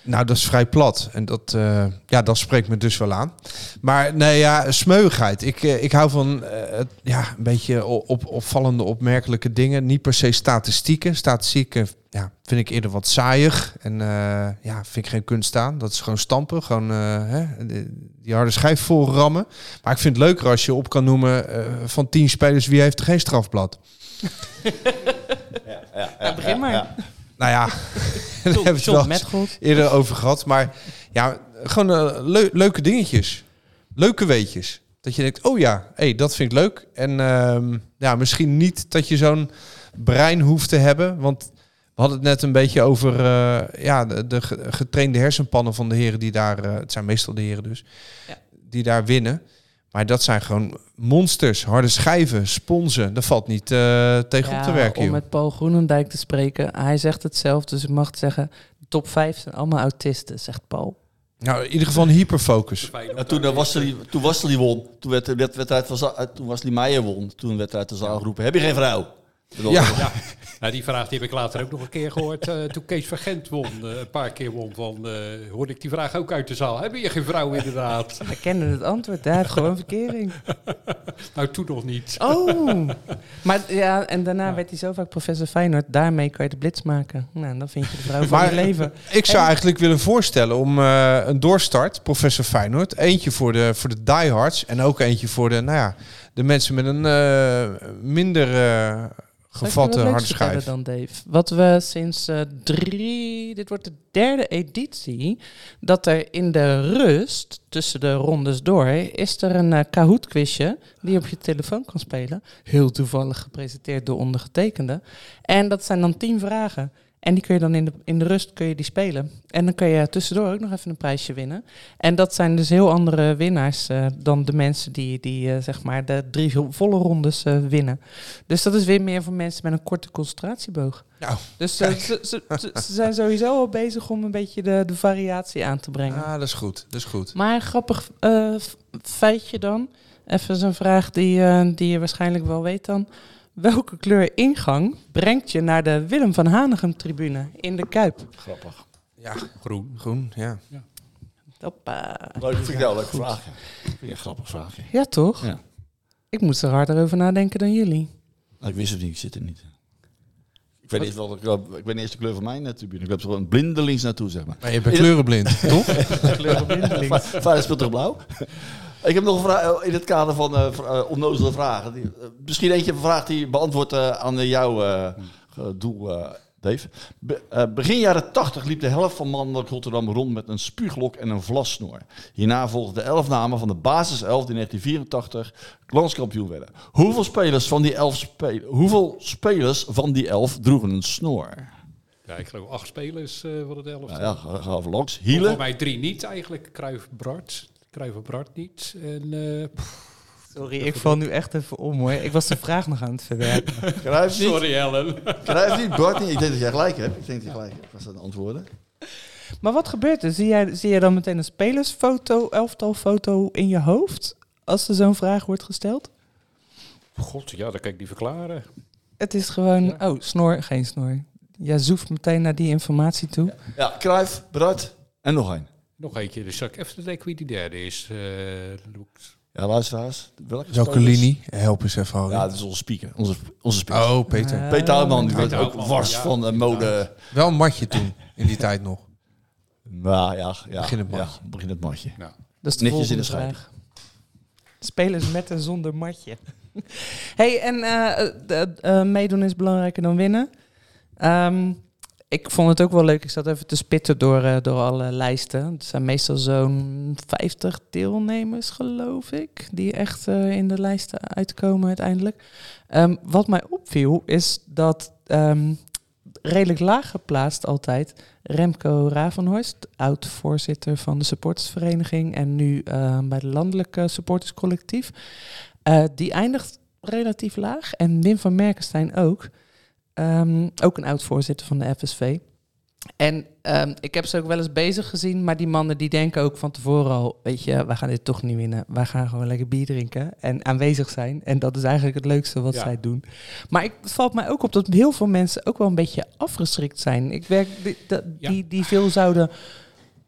Nou, dat is vrij plat. En dat, uh, ja, dat spreekt me dus wel aan. Maar nee, ja, smeugheid. Ik, uh, ik hou van uh, ja, een beetje op, opvallende, opmerkelijke dingen. Niet per se statistieken. Statistieken ja, vind ik eerder wat saaiig. En uh, ja, vind ik geen kunst aan. Dat is gewoon stampen. Gewoon uh, hè, die harde schijf vol rammen. Maar ik vind het leuker als je op kan noemen uh, van tien spelers wie heeft er geen strafblad. Ja, ja, ja, ja, begin maar. Ja, ja. Nou ja, daar hebben we het wel eens eerder over gehad. Maar ja, gewoon uh, le- leuke dingetjes. Leuke weetjes. Dat je denkt, oh ja, hey, dat vind ik leuk. En uh, ja, misschien niet dat je zo'n brein hoeft te hebben. Want we hadden het net een beetje over uh, ja, de, de getrainde hersenpannen van de heren die daar... Uh, het zijn meestal de heren dus. Ja. Die daar winnen. Maar dat zijn gewoon monsters, harde schijven, sponsen. Daar valt niet uh, tegen ja, op te werken. Om joh. met Paul Groenendijk te spreken. Hij zegt het zelf, dus ik mag het zeggen. De top vijf zijn allemaal autisten, zegt Paul. Nou, in ieder geval een hyperfocus. En toen, uh, Wasselie, toen Wasselie won, toen werd de wedstrijd van Za- toen Wasselie Meijer won, toen werd uit de zaal geroepen, heb je geen vrouw? Ja. ja. Nou, die vraag die heb ik later ook nog een keer gehoord. Uh, toen Kees van Gent won, uh, een paar keer won, van, uh, hoorde ik die vraag ook uit de zaal. Heb je geen vrouw inderdaad? We kennen het antwoord, hij heeft gewoon verkering. Nou, toen nog niet. Oh, maar ja, en daarna ja. werd hij zo vaak professor Feyenoord. Daarmee kan je de blitz maken. Nou, dan vind je de vrouw van je leven. Ik zou en... eigenlijk willen voorstellen om uh, een doorstart, professor Feyenoord. Eentje voor de, voor de diehards en ook eentje voor de, nou ja, de mensen met een uh, minder... Uh, gevatte harde schijf. Dan Dave. Wat we sinds uh, drie, dit wordt de derde editie, dat er in de rust tussen de rondes door is er een uh, Kahoot-quizje die je op je telefoon kan spelen. Heel toevallig gepresenteerd door ondergetekende. En dat zijn dan tien vragen. En die kun je dan in de, in de rust kun je die spelen. En dan kun je tussendoor ook nog even een prijsje winnen. En dat zijn dus heel andere winnaars uh, dan de mensen die, die uh, zeg maar de drie volle rondes uh, winnen. Dus dat is weer meer voor mensen met een korte concentratieboog. Nou, dus uh, ze, ze, ze, ze zijn sowieso al bezig om een beetje de, de variatie aan te brengen. Ah, dat is goed. Dat is goed. Maar een grappig uh, feitje dan. Even zo'n vraag die, uh, die je waarschijnlijk wel weet dan. Welke kleur ingang brengt je naar de Willem van Hanegem-tribune in de Kuip? Grappig. Ja, groen. Groen, ja. ja. Hoppa. Leuk, vind ik wel een leuke vraag. Ja. Vind ik een grappig vraagje. Ja, toch? Ja. Ik moest er harder over nadenken dan jullie. Nou, ik wist het niet, ik zit er niet. Ik weet niet wat ik, ik ben eerst de kleur van mijn tribune. Ik heb er gewoon blindelings naartoe, zeg maar. Maar je bent kleurenblind, toch? Kleurenblindelings. Feyenoord speelt toch blauw? Ik heb nog een vraag in het kader van uh, uh, onnozele vragen. Die, uh, misschien eentje een vraag die beantwoordt uh, aan jouw uh, doel, uh, Dave. Be, uh, begin jaren tachtig liep de helft van Mannelijk Rotterdam rond met een spuuglok en een vlassnoor. Hierna volgden de elf namen van de basiself die in negentien vierentachtig landskampioen werden. Hoeveel spelers van die elf, spe- hoeveel spelers van die elf droegen een snor? Ja, ik geloof acht spelers uh, van het elf. Ja, ja, ga, ga even langs. Hiele? Voor mij drie niet eigenlijk. Cruijff, Bart. Cruijff en Bart niet. En, uh, Sorry, ik val nu echt even om hoor. Ik was de vraag nog aan het verwerken. Cruijff niet. Sorry Ellen. Cruijff niet, Bart niet. Ik denk dat jij gelijk hebt. Ik denk dat je gelijk hebt. Was dat de antwoorden? Maar wat gebeurt er? Zie jij, zie jij dan meteen een spelersfoto, elftalfoto in je hoofd als er zo'n vraag wordt gesteld? God, ja, dat kan ik niet verklaren. Het is gewoon, ja. oh, snor, geen snor. Jij zoeft meteen naar die informatie toe. Ja, ja Cruijff, Bart en nog één. Nog eentje, dus zal ik even denken wie die derde is. Uh, ja, luisteraars. Welke, Welke linie? Help eens even houden. Ja, dat is onze speaker. Onze, onze speaker. Oh, Peter. Uh, Peter Houtman, die wordt ook Houtman, wars ja. van de mode. Ja. Wel een matje toen, in die tijd nog. Nou ja, ja. Begin het matje. Ja, begin het matje. Nou. Dat is de Netjes in de volgende schijf. vraag. Spelers met en zonder matje. Hey, en uh, de, uh, meedoen is belangrijker dan winnen. Um, ik vond het ook wel leuk. Ik zat even te spitten door, uh, door alle lijsten. Er zijn meestal zo'n vijftig deelnemers, geloof ik, die echt uh, in de lijsten uitkomen uiteindelijk. Um, wat mij opviel is dat um, redelijk laag geplaatst altijd Remco Ravenhorst, oud-voorzitter van de supportersvereniging en nu uh, bij de landelijke supporterscollectief. Uh, die eindigt relatief laag. En Wim van Merkenstein ook. Um, ook een oud-voorzitter van de F S V. En um, ik heb ze ook wel eens bezig gezien, maar die mannen die denken ook van tevoren al, weet je, wij gaan dit toch niet winnen. Wij gaan gewoon lekker bier drinken en aanwezig zijn. En dat is eigenlijk het leukste wat ja. zij doen. Maar ik, het valt mij ook op dat heel veel mensen ook wel een beetje afgeschrikt zijn. Ik werk die, die, ja. die, die veel zouden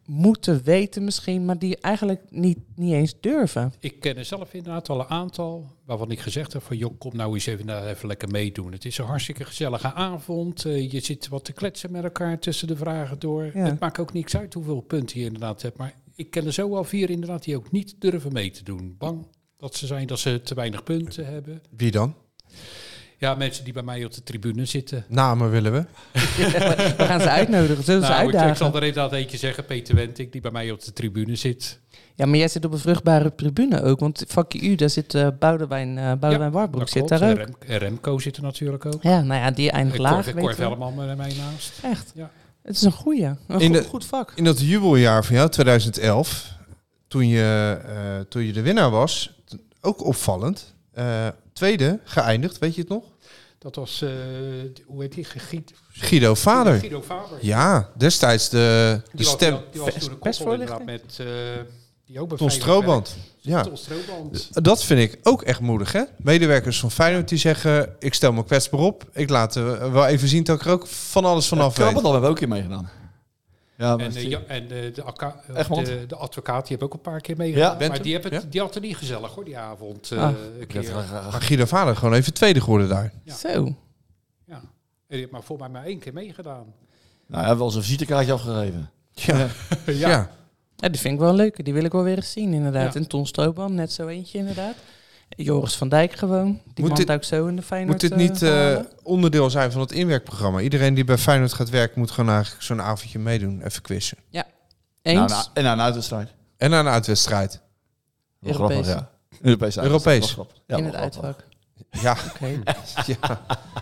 moeten weten misschien, maar die eigenlijk niet, niet eens durven. Ik ken er zelf inderdaad al een aantal waarvan ik gezegd heb van, joh, kom nou eens even, nou, even lekker meedoen. Het is een hartstikke gezellige avond. Uh, je zit wat te kletsen met elkaar tussen de vragen door. Ja. Het maakt ook niks uit hoeveel punten je inderdaad hebt. Maar ik ken er zo al vier inderdaad die ook niet durven mee te doen. Bang dat ze zijn dat ze te weinig punten hebben. Wie dan? Ja, mensen die bij mij op de tribune zitten. Namen willen we. We gaan ze uitnodigen, zullen ze Nou, ik, uitdagen? ik zal er inderdaad eentje zeggen, Peter Wenting, die bij mij op de tribune zit. Ja, maar jij zit op een vruchtbare tribune ook. Want vakje U, daar zit uh, Boudewijn, uh, Boudewijn Ja, Warbroek dat zit klopt. daar ook. En Rem, en Remco zit er natuurlijk ook. Ja, nou ja, die eindigt En laag. Cor, weet Cor je wel. Velleman met mij naast. Echt. Ja. Het is een goeie. Een In go- de- goed vak. In dat jubeljaar van jou, twintig elf, toen je, uh, toen je de winnaar was, t- ook opvallend. Uh, tweede geëindigd, weet je het nog? Dat was, uh, hoe heet die? Giet, Guido Vader. Guido Faber. Ja, destijds de, de Die was, stem. die, die was toen een koppel inderdaad met, uh, die ook bij Ton Feyenoord Strooband. werkt. Ja. Ton Strooband. Dat vind ik ook echt moedig, hè? Medewerkers van Feyenoord die zeggen, ik stel me kwetsbaar op. Ik laat uh, wel even zien dat ik er ook van alles vanaf Ja, weet. Krabbedam hebben we ook een keer meegedaan. Ja, En, maar uh, ja, en uh, de, aka- uh, Egmond? de, de advocaat, die heeft ook een paar keer meegedaan. Ja. maar Bent die, hebben het, ja? die had het niet gezellig hoor, die avond. Uh, Ah. een keer. Maar Guido Vader gewoon even tweede geworden daar. Ja. Zo. Ja. En die heeft maar voor mij maar één keer meegedaan. Nou, hij heeft wel zijn visitekaartje afgegeven. Ja. ja. ja. Ja, die vind ik wel leuk. Die wil ik wel weer eens zien, inderdaad. Ja. En Ton Strooband, net zo eentje, inderdaad. Joris van Dijk gewoon. Die Moet moet dit- ook zo in de Feyenoord. Moet dit niet uh, uh, halen. onderdeel zijn van het inwerkprogramma? Iedereen die bij Feyenoord gaat werken moet gewoon eigenlijk zo'n avondje meedoen. Even quizzen. Eens? Nou, nou, en na een uitwedstrijd. En na een uitwedstrijd. Wel Europees. grappig, ja. Europees. Europees. Dat was grappig. Ja, in wel het grappig. uitvak. Ja, Oké, ja,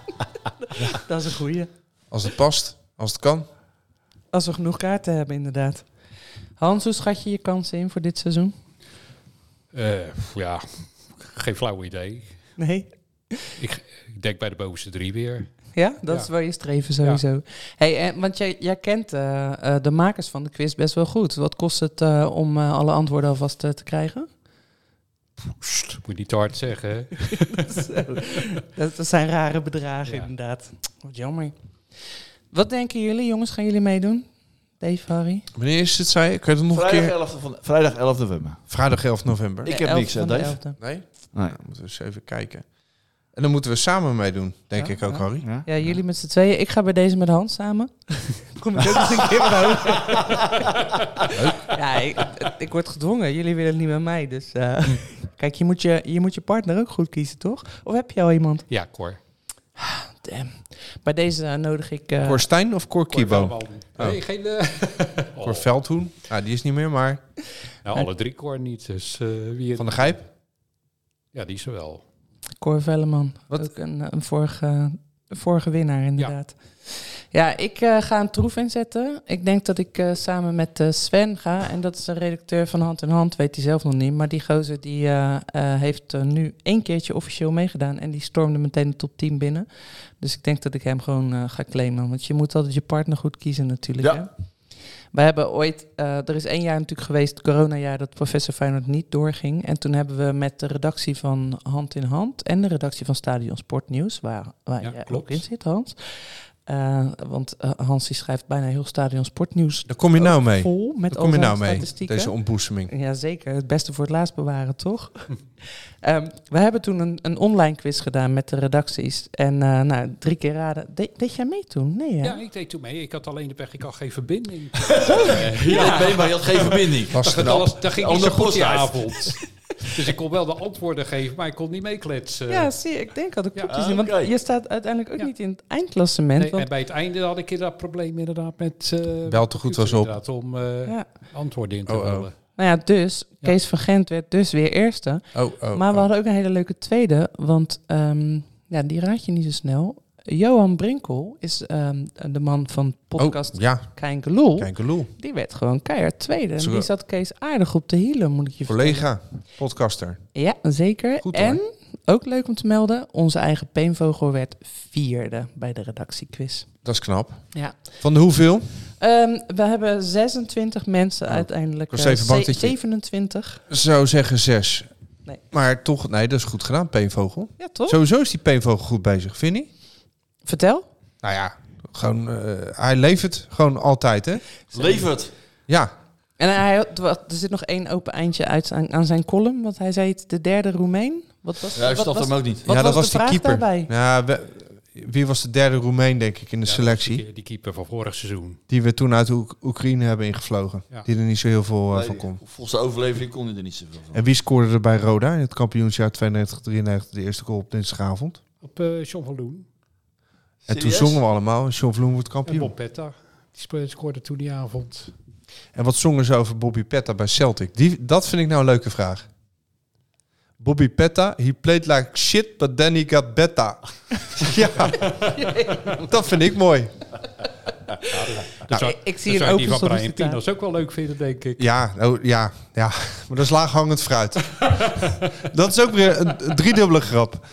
dat is een goeie. als het past, als het kan. Als we genoeg kaarten hebben, inderdaad. Hans, hoe schat je je kansen in voor dit seizoen? Uh, ja, geen flauw idee. Nee? Ik, ik denk bij de bovenste drie weer. Ja, dat Ja. is wel je streven sowieso. Hey, en, want jij, jij kent uh, uh, de makers van de quiz best wel goed. Wat kost het uh, om uh, alle antwoorden alvast uh, te krijgen? Pst, moet je niet te hard zeggen. Hè? Zo. dat, dat zijn rare bedragen, Ja. inderdaad. Wat jammer. Wat denken jullie, jongens? Gaan jullie meedoen? Dave, Harry? Wanneer is het, zei je? Kun je het nog een Vrijdag keer? elf, van, vrijdag elf november. Vrijdag elf november. Ik heb De niks, elfde hè, van de Dave? elfde. Nee? Nee. Nou, moeten we eens even kijken. En dan moeten we samen meedoen, denk Ja, ik ook, ja. Harry. Ja? Ja, jullie met z'n tweeën. Ik ga bij deze met Hans samen. Kom ik ook eens een keer bij. Ja, ik, ik word gedwongen. Jullie willen niet met mij. Dus uh, kijk, je moet je, je moet je partner ook goed kiezen, toch? Of heb je al iemand? Ja, Cor. Damn. Bij deze uh, nodig ik... Uh, Cor Stijn of Cor Cor Kibo? Velleman. Nee, geen... Uh, Cor oh. Veldhoen? Ja, die is niet meer, maar Nou, alle drie Cor niet. Dus uh, wie het... Van de Gijp? Ja, die is er wel. Cor Velleman. Wat? Ook een, een, vorige, een vorige winnaar, inderdaad. Ja, ja ik uh, ga een troef inzetten. Ik denk dat ik uh, samen met uh, Sven ga. En dat is een redacteur van Hand in Hand, weet hij zelf nog niet. Maar die gozer die, uh, uh, heeft uh, nu één keertje officieel meegedaan. En die stormde meteen de top tien binnen. Dus ik denk dat ik hem gewoon uh, ga claimen. Want je moet altijd je partner goed kiezen natuurlijk. Ja. Hè? We hebben ooit, uh, er is één jaar natuurlijk geweest, het coronajaar, dat Professor Feyenoord niet doorging. En toen hebben we met de redactie van Hand in Hand en de redactie van Stadion Sportnieuws, waar, waar Ja, jij klopt. ook in zit, Hans. Uh, want uh, Hans die schrijft bijna heel Stadion Sportnieuws. Daar kom je nou ook mee. vol met Daar kom je al nou zijn mee, statistieken. deze ontboezeming. Jazeker, het beste voor het laatst bewaren, toch? um, we hebben toen een, een online quiz gedaan met de redacties. En uh, nou, drie keer raden. De, deed jij mee toen? Nee, hè? Ja, ik deed toen mee. Ik had alleen de pech, ik had geen verbinding. Ja, nee, maar je had geen verbinding. Was Dat, was, dat ging niet zo Onder goed die posttijd. avond. Dus ik kon wel de antwoorden geven, maar ik kon niet meekletsen. Ja, zie je, ik denk dat ik Ja. goed te zien. Want Ah, oké. je staat uiteindelijk ook Ja. niet in het eindklassement. Nee, want, en bij het einde had ik dat probleem inderdaad met... Uh, Bel te goed was op. inderdaad, om uh, ja. antwoorden in te Oh, oh. vullen. Nou ja, dus Ja. Kees van Gent werd dus weer eerste. Oh, oh, maar we oh. hadden ook een hele leuke tweede. Want um, ja, die raad je niet zo snel. Johan Brinkel is um, de man van podcast Oh, ja, Kein Geloel. kijk een loel. Die werd gewoon keihard tweede. En Zo- die zat Kees aardig op de hielen, moet ik je Collega, podcaster. vertellen. Ja, zeker. Goed, hoor. en, ook leuk om te melden, onze eigen Peenvogel werd vierde bij de redactiequiz. Dat is knap. Ja. Van de hoeveel? Um, we hebben zesentwintig mensen Oh, uiteindelijk. ik was eh, even bang ze- dat je- zevenentwintig. Zou zeggen zes. Nee. Maar toch, nee, dat is goed gedaan, Peenvogel. Ja, toch? Sowieso is die Peenvogel goed bezig, vind je? Vertel. Nou ja, gewoon, uh, hij levert gewoon altijd, hè? Levert. Ja, En hij, had- er zit nog één open eindje uit aan, aan zijn column. Want hij zei het de derde Roemeen. Wat was, Ja, hij wat stopt was, hem ook niet. wat ja, dat was was de die vraag keeper. daarbij? Ja, we- wie was de derde Roemeen, denk ik, in de Ja, selectie? Die, die keeper van vorig seizoen. Die we toen uit Oek- Oekraïne hebben ingevlogen. Ja. Die er niet zo heel veel uh, Nee, van kon. volgens de overleving kon hij er niet zoveel van. En wie scoorde er bij Roda in het kampioensjaar tweeënnegentig drieënnegentig de eerste goal op dinsdagavond? Op uh, John van Loen. En toen Serieus? zongen we allemaal, John Vloem wordt En kampioen. Bob Petta. Die spe- scoorde toen die avond. En wat zongen ze over Bobby Petta bij Celtic? Die, dat vind ik nou een leuke vraag. Bobby Petta, he played like shit, but then he got better. Ja, dat vind ik mooi. Dus ik- ik zie dan een zou je die open van Brian sollicitatie. Pinos ook wel leuk vinden, denk ik. Ja, oh, ja, ja, maar dat is laaghangend fruit. Dat is ook weer een, een driedubbele grap.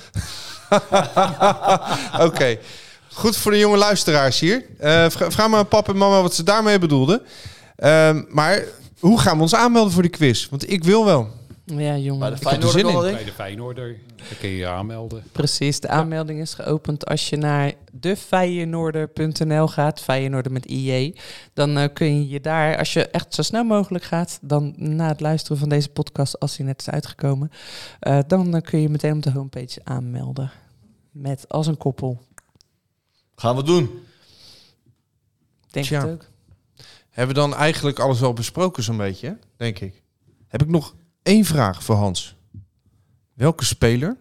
Oké, okay. Goed voor de jonge luisteraars hier. Uh, vra- vraag maar aan papa en mama wat ze daarmee bedoelden. Uh, maar hoe gaan we ons aanmelden voor die quiz? Want ik wil wel. Ja, jongen. Maar de Ik heb er Feyenoord zin al in. wel, denk Bij de Feyenoorder. Dan kun je je aanmelden. Precies, de aanmelding is geopend als je naar de feyenoorder punt n l gaat, Feyenoorder met I J. Dan uh, kun je je daar, als je echt zo snel mogelijk gaat, dan na het luisteren van deze podcast, als die net is uitgekomen, uh, dan uh, kun je meteen op de homepage aanmelden. Met als een koppel. Gaan we doen. Denk Tja. het ook. Hebben we dan eigenlijk alles wel besproken zo'n beetje, hè? Denk ik. Heb ik nog één vraag voor Hans. Welke speler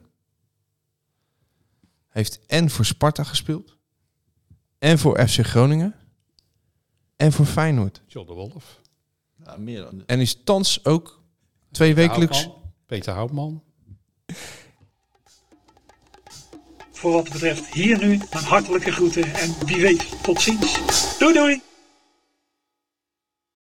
heeft en voor Sparta gespeeld, en voor F C Groningen, en voor Feyenoord? John de Wolf. Ja, meer dan. En is thans ook twee wekelijks... Houtman. Peter Houtman. Voor wat betreft hier nu mijn hartelijke groeten en wie weet tot ziens. Doei doei!